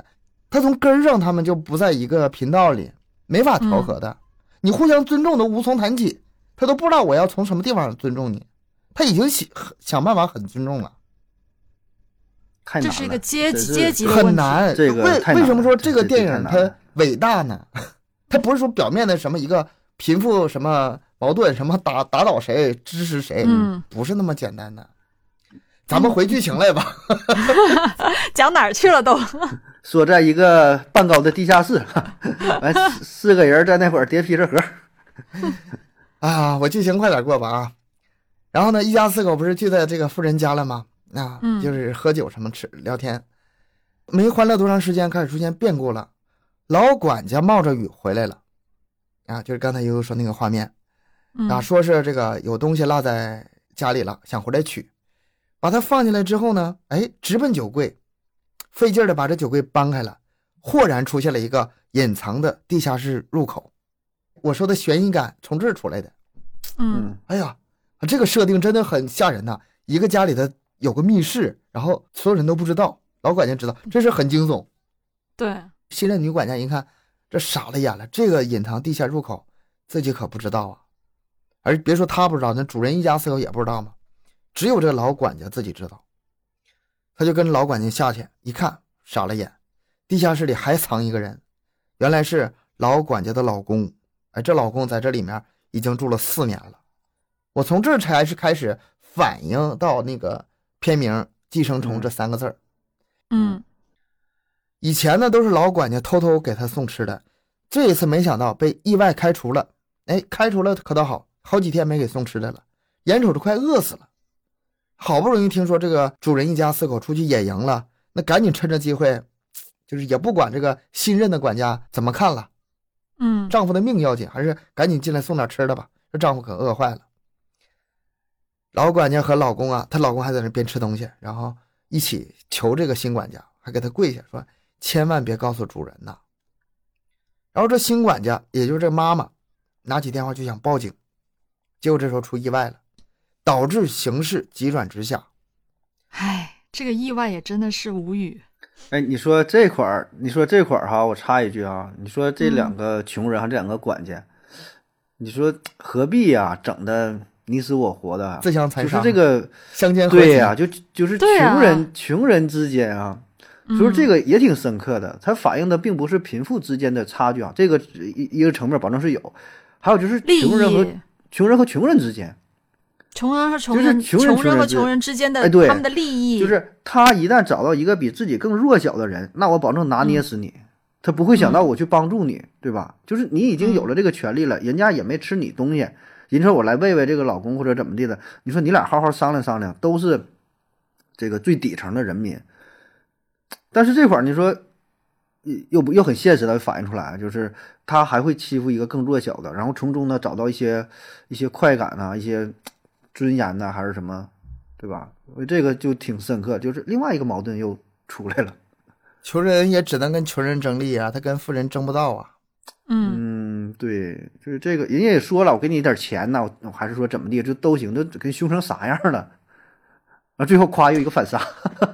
他从根儿上他们就不在一个频道里，没法调和的。嗯、你互相尊重都无从谈起，他都不知道我要从什么地方尊重你，他已经想想办法很尊重了。 太难了， 这是一个阶级阶级的问题， 很难。 这个为为什么说这个电影影它伟大呢？它不是说表面的什么一个贫富什么矛盾，什么打打倒谁支持谁， 嗯， 不是那么简单的。咱们回剧情来吧。 讲哪儿去了都？ 说在一个半高的地下室，完四个人在那会儿叠披萨盒。 啊，我剧情快点过吧啊。然后呢，一家四口不是聚在这个富人家了吗？啊，就是喝酒什么吃聊天，没欢乐多长时间，开始出现变故了。老管家冒着雨回来了，啊，就是刚才悠悠说那个画面，啊，说是这个有东西落在家里了，想回来取，把它放进来之后呢，哎，直奔酒柜，费劲的把这酒柜搬开了，豁然出现了一个隐藏的地下室入口。我说的悬疑感从这儿出来的。 嗯， 哎呀，这个设定真的很吓人呐！一个家里的有个密室，然后所有人都不知道，老管家知道，这是很惊悚。 对， 新任女管家一看，这傻了眼了，这个隐藏地下入口自己可不知道啊。而别说他不知道，那主人一家四口也不知道嘛，只有这个老管家自己知道。他就跟老管家下去一看，傻了眼，地下室里还藏一个人，原来是老管家的老公。哎，这老公在这里面已经住了四年了。我从这才是开始反映到那个片名寄生虫这三个字儿。 嗯， 以前呢都是老管家偷偷给他送吃的，这一次没想到被意外开除了。哎，开除了可倒好，好几天没给送吃的了，眼瞅着快饿死了。好不容易听说这个主人一家四口出去野营了，那赶紧趁着机会，就是也不管这个新任的管家怎么看了， 嗯， 丈夫的命要紧，还是赶紧进来送点吃的吧。这丈夫可饿坏了。老管家和老公啊，她老公还在那边吃东西，然后一起求这个新管家，还给他跪下说千万别告诉主人呐。然后这新管家也就是这妈妈拿起电话就想报警，结果这时候出意外了，导致形势急转直下。 唉，这个意外也真的是无语。 哎，你说这块儿，你说这块儿哈，我插一句啊，你说这两个穷人和这两个管家，嗯、你说何必呀、啊，整的你死我活的， 自相残杀， 就是这个相煎何急。 对呀、啊，就就是穷人、啊、穷人之间啊，所以这个也挺深刻的，它反映的并不是贫富之间的差距啊，这个一一个层面保证是有，还有就是穷人和穷人和穷人之间。 穷人和穷人， 就是穷人穷人和穷人之间的、 哎、对他们的利益， 就是他一旦找到一个比自己更弱小的人，那我保证拿捏死你，嗯、他不会想到我去帮助你，嗯、对吧？就是你已经有了这个权利了，嗯、人家也没吃你东西，人说我来慰慰这个老公或者怎么地的，你说你俩好好商量商量，都是这个最底层的人民。但是这块儿你说又不又很现实的反映出来，就是他还会欺负一个更弱小的，然后从中呢找到一些一些快感啊，一些尊严呐、啊，还是什么，对吧？这个就挺深刻，就是另外一个矛盾又出来了。 穷人也只能跟穷人争利啊，他跟富人争不到啊。 嗯嗯，对，就是这个，人家也说了，我给你一点钱呐，我还是说怎么地，就都行，都给凶成啥样了，啊，最后夸又一个反杀。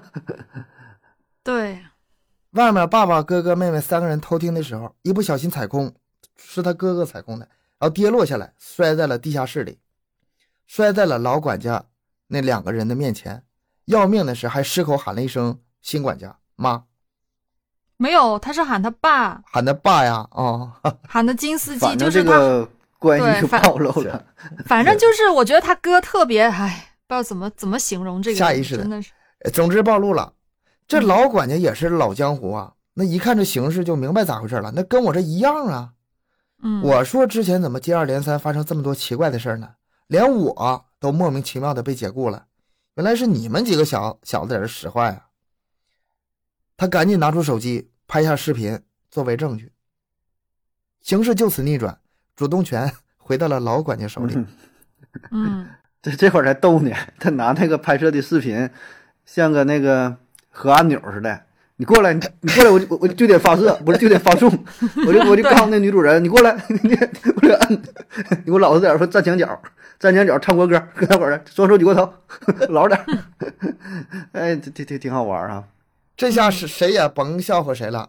对， 外面爸爸、哥哥、妹妹三个人偷听的时候，一不小心踩空，是他哥哥踩空的，然后跌落下来，摔在了地下室里。摔在了老管家那两个人的面前，要命的是还失口喊了一声新管家妈。 没有，他是喊他爸， 喊他爸呀，哦， 喊的金司机， 反正就是这个关系就反暴露了。 反正就是我觉得他哥特别，哎，不知道怎么怎么形容这个， 下意识的， 真的是。 总之暴露了。这老管家也是老江湖啊，那一看这形势就明白咋回事了，那跟我这一样啊。 嗯， 我说之前怎么接二连三发生这么多奇怪的事呢？连我都莫名其妙的被解雇了，原来是你们几个小小子在这使坏啊！他赶紧拿出手机拍下视频作为证据，形势就此逆转，主动权回到了老管家手里。 嗯，嗯这这会儿才逗呢，他拿那个拍摄的视频像个那个核按钮似的，你过来，你你过来，我就我就得发射，不是就得发送，我就我就告诉那女主人，你过来，你我得摁，你给我老实点，说站墙角，站墙角唱国歌，搁那会儿双手举过头，老实点，哎，挺挺挺好玩啊。 这下是谁也甭笑话谁了，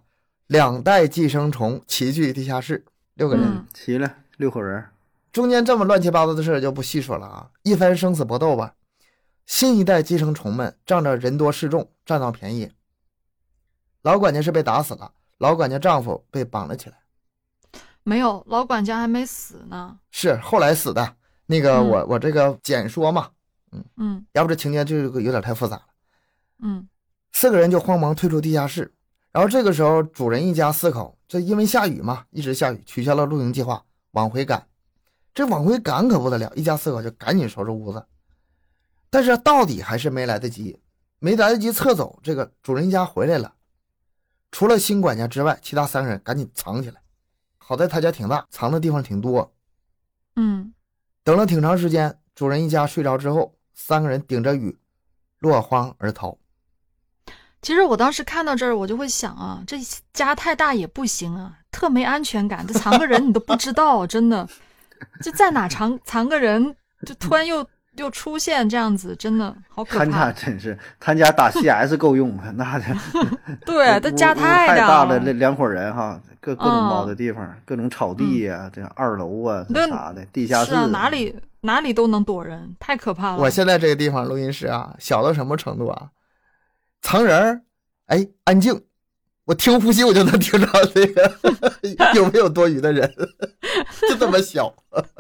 两代寄生虫齐聚地下室，六个人。 嗯齐了六口人。 中间这么乱七八糟的事就不细说了啊，一番生死搏斗吧。新一代寄生虫们仗着人多势众，占到便宜。老管家是被打死了，老管家丈夫被绑了起来。 没有，老管家还没死呢。 是后来死的。那个嗯我、我这个简说嘛， 嗯要不这情节就有点太复杂了。 嗯四个人就慌忙退出地下室。然后这个时候主人一家四口，这因为下雨嘛，一直下雨，取消了露营计划，往回赶。这往回赶可不得了，一家四口就赶紧收拾屋子。但是到底还是没来得及，没来得及撤走，这个主人一家回来了。除了新管家之外，其他三个人赶紧藏起来。好在他家挺大，藏的地方挺多。 嗯， 等了挺长时间，主人一家睡着之后，三个人顶着雨落荒而逃。 其实我当时看到这儿，我就会想啊，这家太大也不行啊，特没安全感。这藏个人你都不知道，真的，这在哪藏藏个人，就突然又又出现这样子，真的好可他家怕。 真是，他家打 C S 够用，那的对，他家屋屋太大大了， 了， 这两伙人哈，各各种包的地方，各种草地呀、这样二楼啊那啥的，地下室是啊，哪里哪里都能躲人，太可怕了。 我现在这个地方录音室啊，小到什么程度啊？藏人儿，哎，安静，我听呼吸我就能听到这个有没有多余的人，就这么小。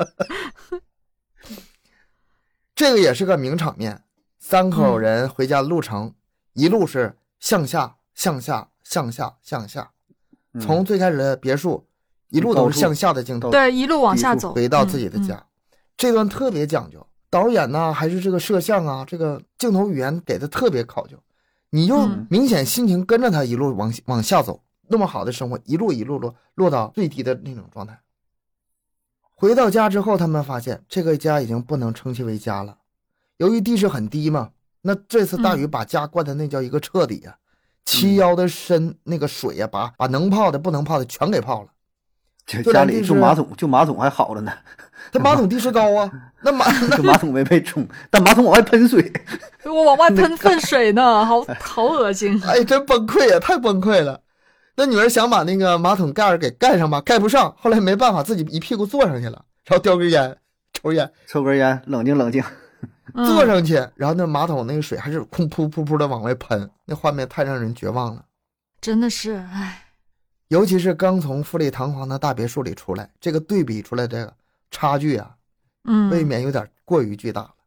这个也是个名场面，三口人回家的路程、嗯、一路是向下向下向下向下，从最开始的别墅、嗯、一路都是向下的镜头， 对，一路往下走， 回到自己的家、嗯嗯、这段特别讲究，导演呢还是这个摄像啊，这个镜头语言给的特别考究，你就明显心情跟着他一路往往下走，那么好的生活一路一路落落到最低的那种状态。回到家之后，他们发现这个家已经不能称其为家了。由于地势很低嘛，那这次大雨把家灌的那叫一个彻底啊，齐腰的深那个水啊，把把能泡的不能泡的全给泡了。 这家里就马桶，就马桶还好了呢。 他马桶地势高啊，那马这马桶没被冲，但马桶往外喷水， 我往外喷粪水呢，好好恶心。 哎，真崩溃啊，太崩溃了。那女儿想把那个马桶盖给盖上吧，盖不上，后来没办法，自己一屁股坐上去了，然后叼根烟，抽烟， 抽根烟，冷静冷静， 坐上去，然后那马桶那个水还是空噗噗噗的往外喷，那画面太让人绝望了， 真的是，哎， 尤其是刚从富丽堂皇的大别墅里出来，这个对比出来这个差距啊， 嗯， 未免有点过于巨大了。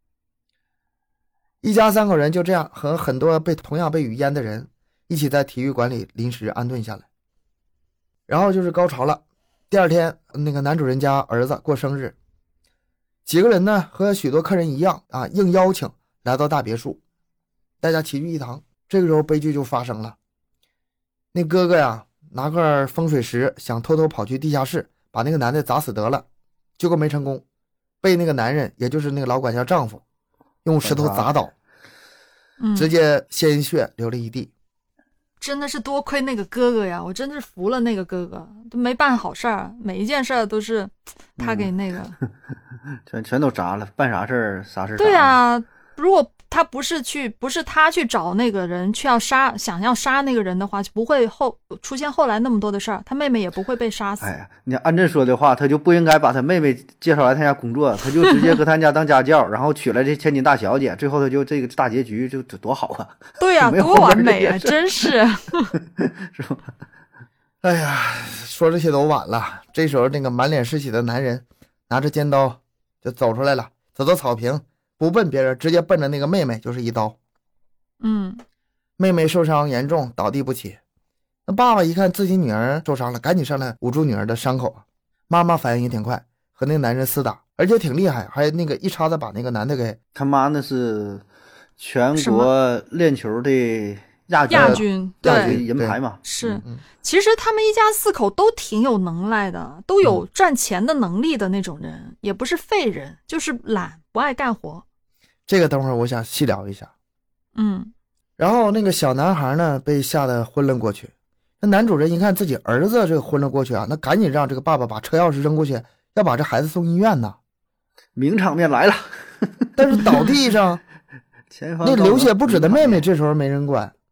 一家三口人就这样和很多被同样被雨淹的人一起在体育馆里临时安顿下来。然后就是高潮了，第二天那个男主人家儿子过生日，几个人呢和许多客人一样啊，应邀请来到大别墅，大家齐聚一堂。这个时候悲剧就发生了，那哥哥呀拿块风水石想偷偷跑去地下室把那个男的砸死得了，结果没成功，被那个男人也就是那个老管家丈夫用石头砸倒，直接鲜血流了一地。 真的是多亏那个哥哥呀，我真是服了那个哥哥，都没办好事儿，每一件事儿都是他给那个、 嗯、全全都砸了，办啥事儿啥事儿。 对啊，如果他不是去不是他去找那个人去要杀想要杀那个人的话，就不会后出现后来那么多的事儿，他妹妹也不会被杀死。 哎呀，你按这说的话，他就不应该把他妹妹介绍来他家工作，他就直接搁他家当家教，然后娶了这千金大小姐，最后他就这个大结局就多好啊！ 对呀、啊，多完美啊，真是是吧？ 哎呀，说这些都晚了。这时候那个满脸是血的男人拿着尖刀就走出来了，走到草坪，不奔别人，直接奔着那个妹妹就是一刀。 嗯， 妹妹受伤严重，倒地不起。那爸爸一看自己女儿受伤了，赶紧上来捂住女儿的伤口。妈妈反应也挺快，和那个男人厮打，而且挺厉害，还那个一叉子把那个男的给他妈那是全国练球的亚军， 亚军， 亚军银牌嘛。 是、 嗯， 其实他们一家四口都挺有能耐的，都有赚钱的能力的那种人，嗯、也不是废人，就是懒，不爱干活。 这个等会儿我想细聊一下。 嗯， 然后那个小男孩呢被吓得昏了过去。那男主人一看自己儿子这个昏了过去啊，那赶紧让这个爸爸把车钥匙扔过去，要把这孩子送医院呢。 名场面来了， 但是倒地上前方那流血不止的妹妹这时候没人管，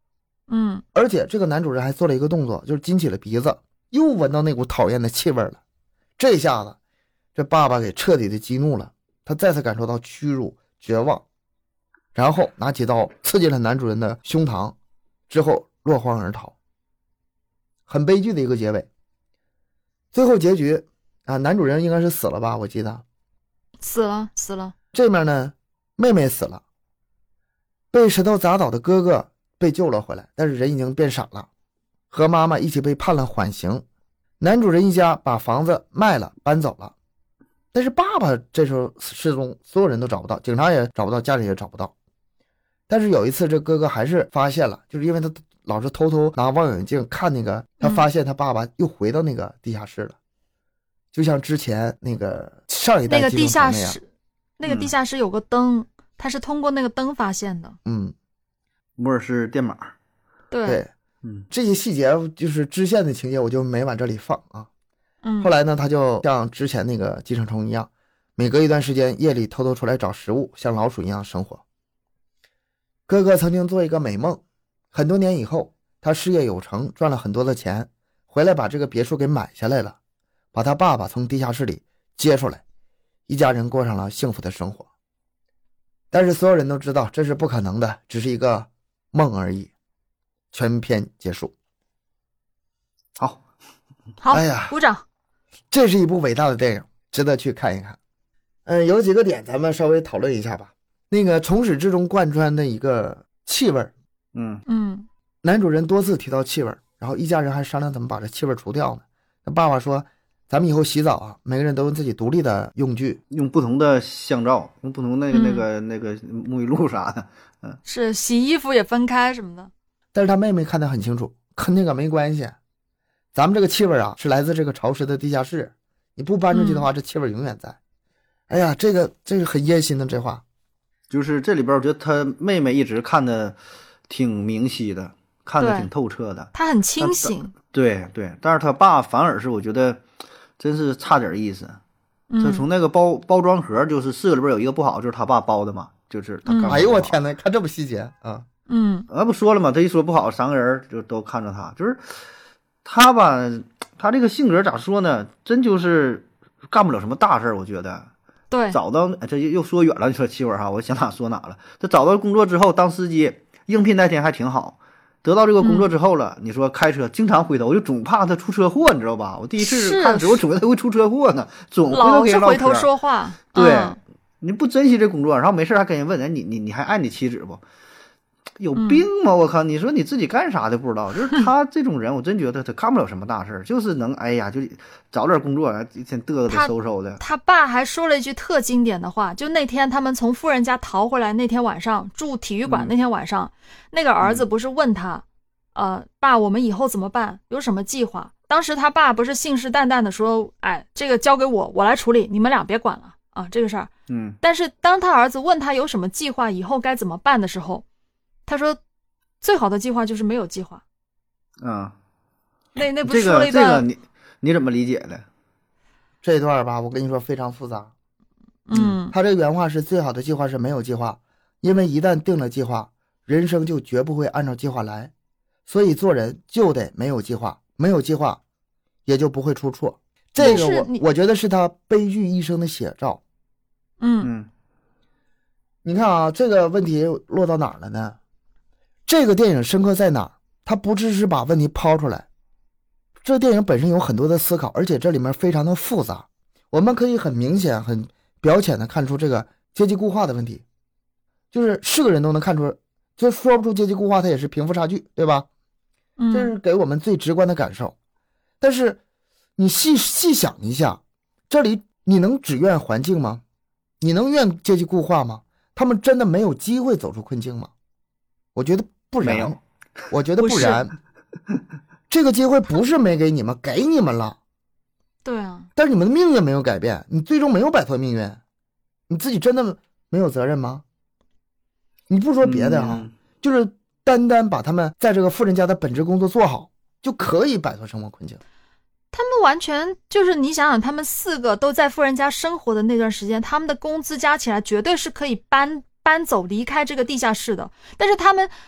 嗯， 而且这个男主人还做了一个动作，就是紧起了鼻子，又闻到那股讨厌的气味了。这下子这爸爸给彻底的激怒了，他再次感受到屈辱绝望，然后拿起刀刺进了男主人的胸膛，之后落荒而逃。很悲剧的一个结尾。最后结局啊，男主人应该是死了吧，我记得死了死了。 这面呢，妹妹死了，被石头砸倒的哥哥被救了回来，但是人已经变傻了，和妈妈一起被判了缓刑。男主人一家把房子卖了搬走了，但是爸爸这时候失踪，所有人都找不到，警察也找不到，家里也找不到。但是有一次这哥哥还是发现了，就是因为他老是偷偷拿望远镜看那个，他发现他爸爸又回到那个地下室了，嗯、就像之前那个上一代那个地下室那个地下室有个灯、嗯、他是通过那个灯发现的。 嗯， 摩尔氏电码。 对对，嗯，这些细节就是支线的情节，我就没往这里放啊。 嗯， 后来呢，他就像之前那个寄生虫一样，每隔一段时间夜里偷偷出来找食物，像老鼠一样生活。哥哥曾经做一个美梦，很多年以后他事业有成，赚了很多的钱，回来把这个别墅给买下来了，把他爸爸从地下室里接出来，一家人过上了幸福的生活。但是所有人都知道这是不可能的，只是一个梦而已。全篇结束。 好， 好， 哎呀， 鼓掌。 这是一部伟大的电影，值得去看一看。嗯，有几个点咱们稍微讨论一下吧。那个从始至终贯穿的一个气味， 嗯嗯， 男主人多次提到气味，然后一家人还商量怎么把这气味除掉呢。那爸爸说，咱们以后洗澡啊，每个人都用自己独立的用具， 用不同的香皂，用不同那个、嗯、那个那个沐浴露啥的，嗯， 是洗衣服也分开什么的。 但是他妹妹看得很清楚，跟那个没关系，咱们这个气味啊是来自这个潮湿的地下室，你不搬出去的话、嗯、这气味永远在。哎呀，这个这个很噎心的，这话就是这里边我觉得他妹妹一直看的挺明晰的，看的挺透彻的， 他很清醒。 对对，但是他爸反而是我觉得真是差点意思。 嗯、 就从那个包包装盒，就是四个里边有一个不好，就是他爸包的嘛，就是他、 嗯、 哎呦我天哪，看这么细节啊！ 嗯， 啊不说了嘛，他一说不好，三个人就都看着他，就是他吧，他这个性格咋说呢？真就是干不了什么大事，我觉得。 对， 找到这又说远了，你说气味哈，我想哪说哪了。他找到工作之后当司机，应聘那天还挺好。得到这个工作之后了，嗯、你说开车经常回头，我就总怕他出车祸，你知道吧？我第一次看的时候，我总觉得他会出车祸呢，总回头给老是回头说话。 对， 嗯、 你不珍惜这工作，然后没事还跟人问人，你你你还爱你妻子不？有病吗？我靠！你说你自己干啥的不知道？就是他这种人，我真觉得他干不了什么大事，就是能哎呀，就找点工作，一天嘚嘚的嗖嗖的。 他爸还说了一句特经典的话，就那天他们从富人家逃回来那天晚上，住体育馆那天晚上，嗯、那个儿子不是问他，嗯、呃，爸，我们以后怎么办？有什么计划？当时他爸不是信誓旦旦的说，哎，这个交给我，我来处理，你们俩别管了啊，这个事儿。 嗯。 但是当他儿子问他有什么计划，以后该怎么办的时候，他说最好的计划就是没有计划。 嗯， 那那不是说了一段、 这个这个你你怎么理解的？ 这一段吧，我跟你说非常复杂。 嗯， 他这个原话是最好的计划是没有计划，因为一旦定了计划，人生就绝不会按照计划来，所以做人就得没有计划，没有计划也就不会出错。这个我我觉得是他悲剧一生的写照。 嗯嗯， 你看啊，这个问题落到哪儿了呢？这个电影深刻在哪儿？它不只是把问题抛出来，这电影本身有很多的思考，而且这里面非常的复杂。我们可以很明显、很表浅的看出这个阶级固化的问题，就是是个人都能看出，就说不出阶级固化，它也是贫富差距，对吧？ 嗯， 这是给我们最直观的感受。但是你细细想一下，这里你能只怨环境吗？你能怨阶级固化吗？他们真的没有机会走出困境吗？我觉得不然。 没有， 我觉得不然。这个机会不是没给你们，给你们了。 对啊。 但是你们的命运没有改变，你最终没有摆脱命运，你自己真的没有责任吗？你不说别的啊， 嗯、 就是单单把他们在这个富人家的本职工作做好，就可以摆脱生活困境。 他们完全就是你想想，他们四个都在富人家生活的那段时间，他们的工资加起来绝对是可以搬搬走离开这个地下室的。但是他们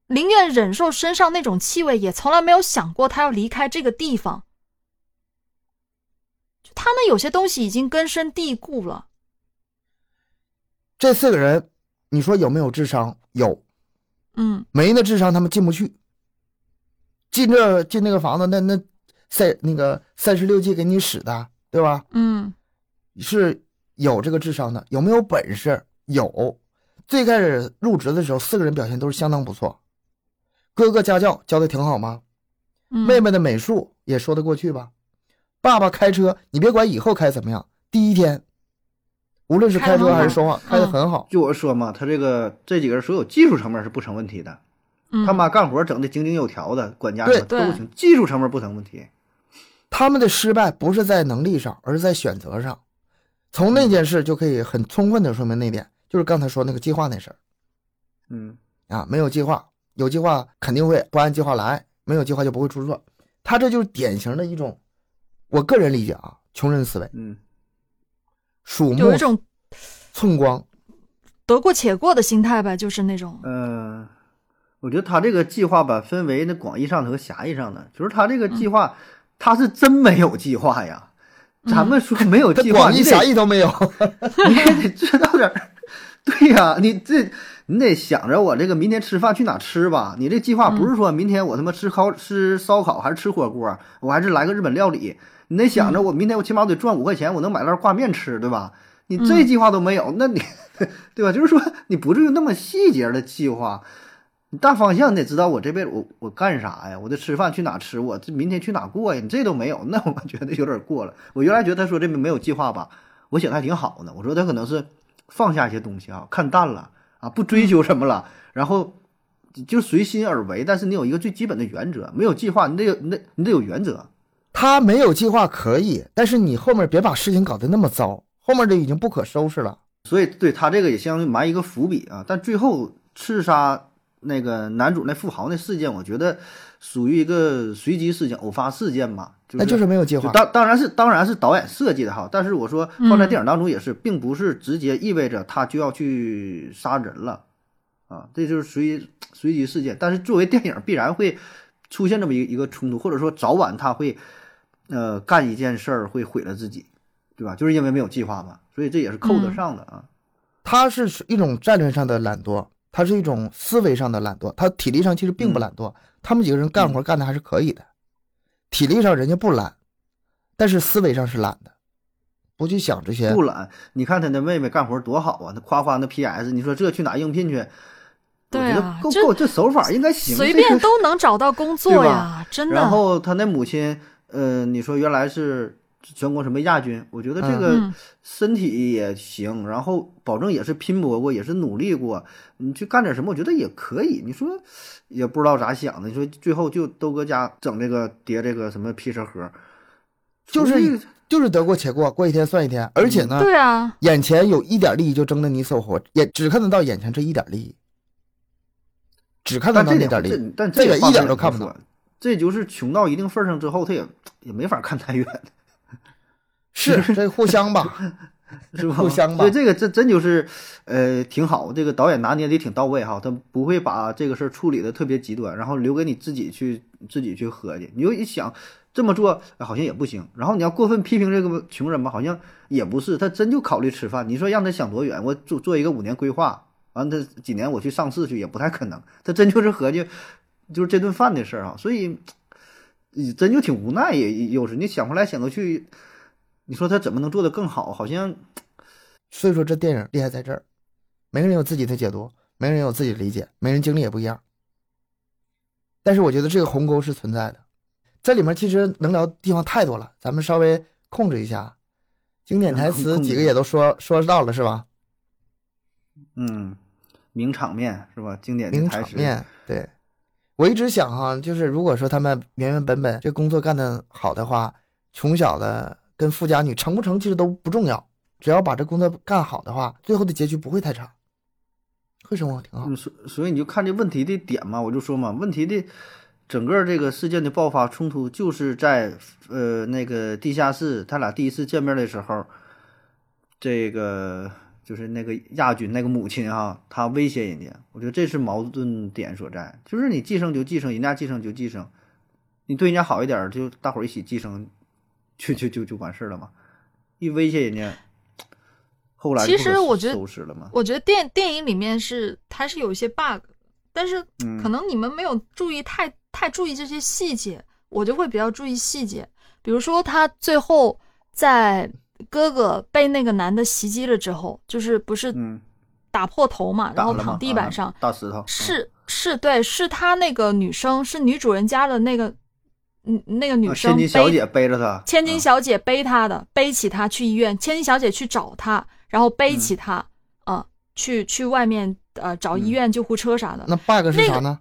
宁愿忍受身上那种气味，也从来没有想过他要离开这个地方。就他们有些东西已经根深蒂固了。 这四个人，你说有没有智商？有。 嗯， 没那智商，他们进不去。进这进那个房子，那那三那个三十六计给你使的，对吧？ 嗯， 是有这个智商的。有没有本事？有。最开始入职的时候，四个人表现都是相当不错。哥哥家教教的挺好吗？ 嗯妹妹的美术也说得过去吧？爸爸开车，你别管以后开怎么样，第一天无论是开车还是说话，开得很好。 就我说嘛，他这个这几个人所有技术层面是不成问题的， 嗯、 他妈干活整的井井有条的，管家对什么都行，技术层面不成问题。 他们的失败不是在能力上，而是在选择上。从那件事就可以很充分的说明那点，就是刚才说那个计划那事儿。 嗯啊，没有计划，有计划肯定会不按计划来，没有计划就不会出错。他这就是典型的一种，我个人理解啊，穷人思维。 嗯， 鼠目有一种寸光， 得过且过的心态吧，就是那种。 呃，我觉得他这个计划吧，分为那广义上的和狭义上的。就是他这个计划，嗯、他是真没有计划呀。咱们说没有计划， 广义狭义都没有， 你也得知道点儿。对呀，你这你得想着我这个明天吃饭去哪吃吧。你这计划不是说明天我他妈吃烤吃烧烤还是吃火锅，我还是来个日本料理。你得想着我明天我起码得赚五块钱，我能买袋挂面吃，对吧？你这计划都没有，那你对吧？就是说你不至于那么细节的计划。你大方向你得知道我这辈子我我干啥呀？我这吃饭去哪吃？我这明天去哪过呀？你这都没有，那我觉得有点过了。我原来觉得他说这没有计划吧，我想的还挺好呢。我说他可能是放下一些东西啊，看淡了啊，不追求什么了，然后就随心而为。但是你有一个最基本的原则，没有计划，你得有你得你得有原则。 他没有计划可以，但是你后面别把事情搞得那么糟，后面的已经不可收拾了。 所以对他这个也相当于埋一个伏笔啊。但最后刺杀那个男主那富豪那事件，我觉得属于一个随机事件、偶发事件嘛，就是、 那就是没有计划。 当当然是当然是导演设计的哈，但是我说放在电影当中也是，嗯、并不是直接意味着他就要去杀人了啊，这就是属于随机事件。但是作为电影，必然会出现这么一个一个冲突，或者说早晚他会呃干一件事儿会毁了自己，对吧？就是因为没有计划嘛，所以这也是扣得上的啊。 嗯、他是一种战略上的懒惰。他是一种思维上的懒惰，他体力上其实并不懒惰，嗯、他们几个人干活干的还是可以的，嗯、体力上人家不懒，但是思维上是懒的，不去想这些。 不懒，你看他那妹妹干活多好啊，那夸夸那 P S， 你说这去哪应聘去？ 对啊， 够够，这手法应该行， 随便都能找到工作呀，真的。 然后他那母亲，呃，你说原来是全国什么亚军，我觉得这个身体也行，嗯、然后保证也是拼搏过，也是努力过，你去干点什么，我觉得也可以。你说也不知道咋想的，你说最后就都搁家整这个叠这个什么皮车盒， 就是就是得过且过，过一天算一天。而且呢， 对啊， 眼前有一点利益就争得你死我活，也只看得到眼前这一点利益，只看得到那点利益， 但这个一点都看不到。 这就是穷到一定份上之后，他也也没法看太远。 是这互相吧， 是吧？ 互相吧。 对，这个这真就是，呃，挺好。这个导演拿捏的挺到位哈，他不会把这个事儿处理的特别极端，然后留给你自己去自己去合计。你就一想这么做好像也不行，然后你要过分批评这个穷人吧，好像也不是。他真就考虑吃饭。你说让他想多远？我做做一个五年规划，完他几年我去上市去也不太可能。他真就是合计就是这顿饭的事儿啊，所以真就挺无奈。也有时你想回来想过去。你说他怎么能做得更好？好像， 所以说这电影厉害在这儿，每个人有自己的解读，每个人有自己的理解，每个人经历也不一样。但是我觉得这个鸿沟是存在的，这里面其实能聊的地方太多了，咱们稍微控制一下。经典台词几个也都说说到了是吧？ 嗯，名场面是吧？经典的台词。 名场面，对。我一直想哈，就是如果说他们原原本本这工作干得好的话，穷小的。跟富家女成不成其实都不重要，只要把这工作干好的话，最后的结局不会太差，会生活挺好。 嗯、所所以你就看这问题的点嘛，我就说嘛，问题的整个这个事件的爆发冲突就是在呃那个地下室，他俩第一次见面的时候，这个就是那个亚军那个母亲哈，她威胁人家，我觉得这是矛盾点所在，就是你继承就继承，人家继承就继承，你对人家好一点，就大伙儿一起继承，就就就就完事儿了嘛。一威胁人家，后来其实我觉得收拾了嘛。 我觉得电电影里面是它是有一些 bug， 但是嗯可能你们没有注意太太注意这些细节，我就会比较注意细节。比如说他最后在哥哥被那个男的袭击了之后，就是不是嗯打破头嘛，然后打了吗躺地板上， 啊大石头是是对，是他那个女生，是女主人家的那个嗯那个女啊生千金小姐背着他， 千金啊小姐背他的，背起他去医院，千金小姐去找他，然后背起他，啊、呃，去去外面呃找医院救护车啥的。 那 bug 是啥呢？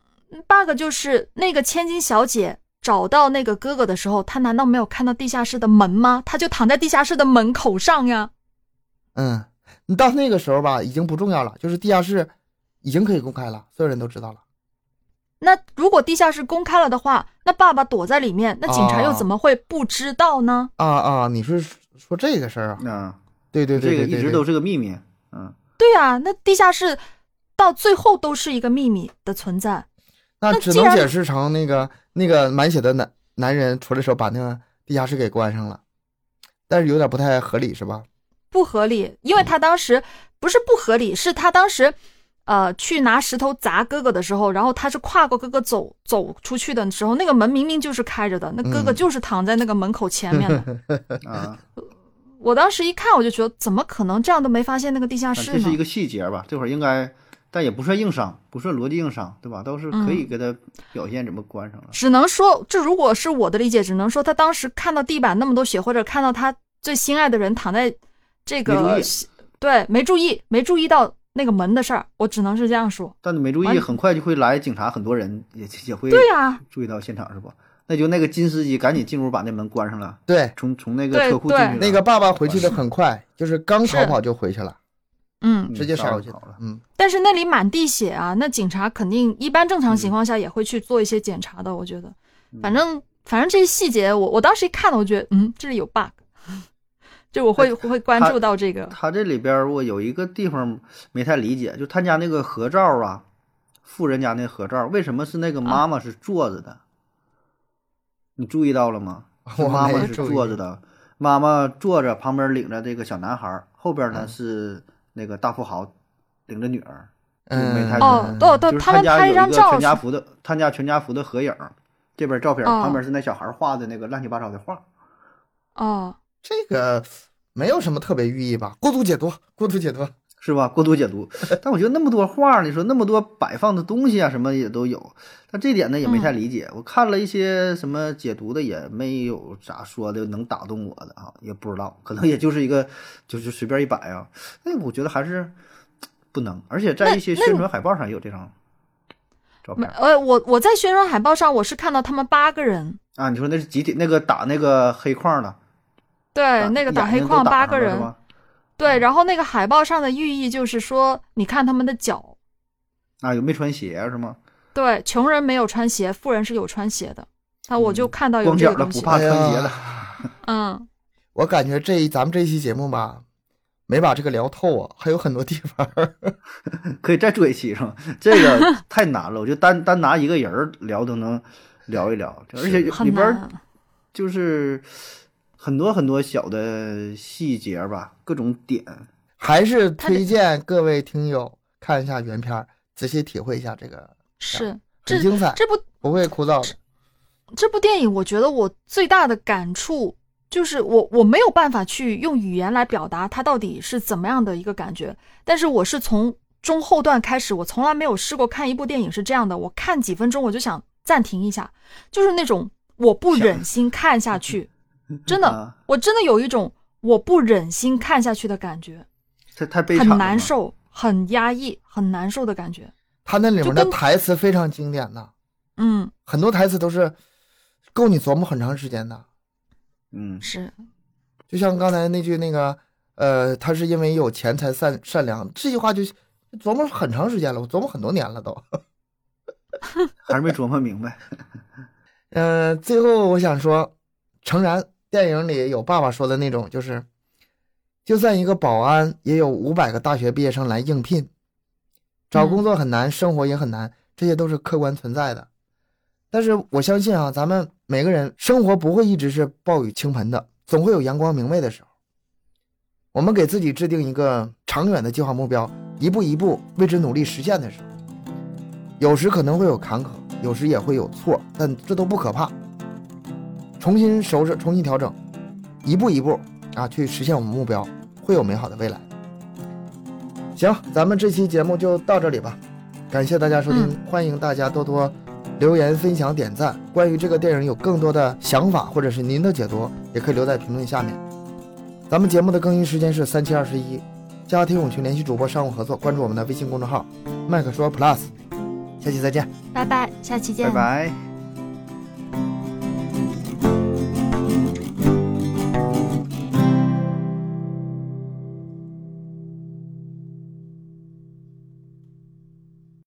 bug 就是那个千金小姐找到那个哥哥的时候，她难道没有看到地下室的门吗？她就躺在地下室的门口上呀。 嗯，你到那个时候吧，已经不重要了，就是地下室已经可以公开了，所有人都知道了。 那如果地下室公开了的话，那爸爸躲在里面，那警察又怎么会不知道呢？ 啊啊，你是说这个事儿啊？ 啊， 对对对对对， 这个一直都是个秘密。嗯， 对啊，那地下室到最后都是一个秘密的存在。 那只那既然能解释成那个那个满血的男男人出来的时候把那个地下室给关上了，但是有点不太合理，是吧？ 不合理，因为他当时不是不合理，是他当时呃去拿石头砸哥哥的时候，然后他是跨过哥哥走走出去的时候，那个门明明就是开着的，那哥哥就是躺在那个门口前面的。 嗯、啊， 我当时一看我就觉得怎么可能这样都没发现那个地下室呢？ 这是一个细节吧，这会儿应该，但也不算硬伤，不算逻辑硬伤，对吧？倒是可以给他表现怎么关上了。 只能说，这如果是我的理解，只能说他当时看到地板那么多血，或者看到他最心爱的人躺在这个， 没注意对，没注意，没注意到那个门的事儿，我只能是这样说。 但你没注意， 完很快就会来警察，很多人也也会对呀、 注意到现场，是不？那就那个金司机赶紧进屋把那门关上了， 对， 从从那个对车库进去了。 那个爸爸回去的很快，就是刚逃是跑就回去了， 嗯， 直接杀过去好了。 嗯， 但是那里满地血啊，那警察肯定一般正常情况下也会去做一些检查的，我觉得。反正反正这些细节，我我当时一看我觉得嗯，这里有 bug， 就我会会关注到这个。 他这里边我有一个地方没太理解，就他家那个合照啊，富人家那合照，为什么是那个妈妈是坐着的？啊、你注意到了吗？是我妈妈是没注意坐着的，妈妈坐着，旁边领着这个小男孩，后边呢、 嗯、 是那个大富豪领着女儿。 嗯， 没太哦，对对， 就是他们家有一个拍一张照全家福的，他家全家福的合影，这边照片、 哦、 旁边是那小孩画的那个乱七八糟的画。 哦， 这个没有什么特别寓意吧？过度解读，过度解读是吧？过度解读。但我觉得那么多画，你说那么多摆放的东西啊，什么也都有，但这点呢也没太理解。嗯、我看了一些什么解读的，也没有咋说的能打动我的啊，也不知道，可能也就是一个就是随便一摆啊。哎，我觉得还是不能，而且在一些宣传海报上也有这张照片。 呃，我我在宣传海报上我是看到他们八个人啊，你说那是集体那个打那个黑框的。 对，那个打黑框八个人，对，然后那个海报上的寓意就是说，你看他们的脚啊，有没穿鞋是吗？ 对，穷人没有穿鞋，富人是有穿鞋的。那我就看到有这个东西。 光脚的不怕穿鞋的。 嗯， 我感觉这咱们这期节目吧，没把这个聊透啊，还有很多地方可以再做一期是吧？这个太难了，我就单单拿一个人聊都能聊一聊，而且里边就是很多很多小的细节吧，各种点， 还是推荐各位听友看一下原片，仔细体会一下这个， 是很精彩， 这部不会枯燥的。 这部电影，我觉得我最大的感触就是我我没有办法去用语言来表达它到底是怎么样的一个感觉，但是我是从中后段开始，我从来没有试过看一部电影是这样的，我看几分钟我就想暂停一下，就是那种我不忍心看下去。真的，我真的有一种我不忍心看下去的感觉， 这太悲惨了， 很难受，很压抑，很难受的感觉。 他那里面的台词非常经典的， 嗯， 很多台词都是够你琢磨很长时间的。 嗯， 是， 就像刚才那句那个，呃，他是因为有钱才善善良，这句话就琢磨很长时间了，我琢磨很多年了都， 还是没琢磨明白。 呃，最后我想说，诚然。电影里有爸爸说的那种，就是就算一个保安也有五百个大学毕业生来应聘，找工作很难，生活也很难，这些都是客观存在的。但是我相信啊，咱们每个人生活不会一直是暴雨倾盆的，总会有阳光明媚的时候。我们给自己制定一个长远的计划目标，一步一步为之努力实现的时候，有时可能会有坎坷，有时也会有错，但这都不可怕。重新收拾，重新调整，一步一步啊去实现我们目标，会有美好的未来。行，咱们这期节目就到这里吧，感谢大家收听、嗯、欢迎大家多多留言分享点赞，关于这个电影有更多的想法或者是您的解读也可以留在评论下面。咱们节目的更新时间是三七二十一，加听友群联系主播商务合作，关注我们的微信公众号麦克说 Plus， 下期再见， 拜拜，下期见， 拜拜。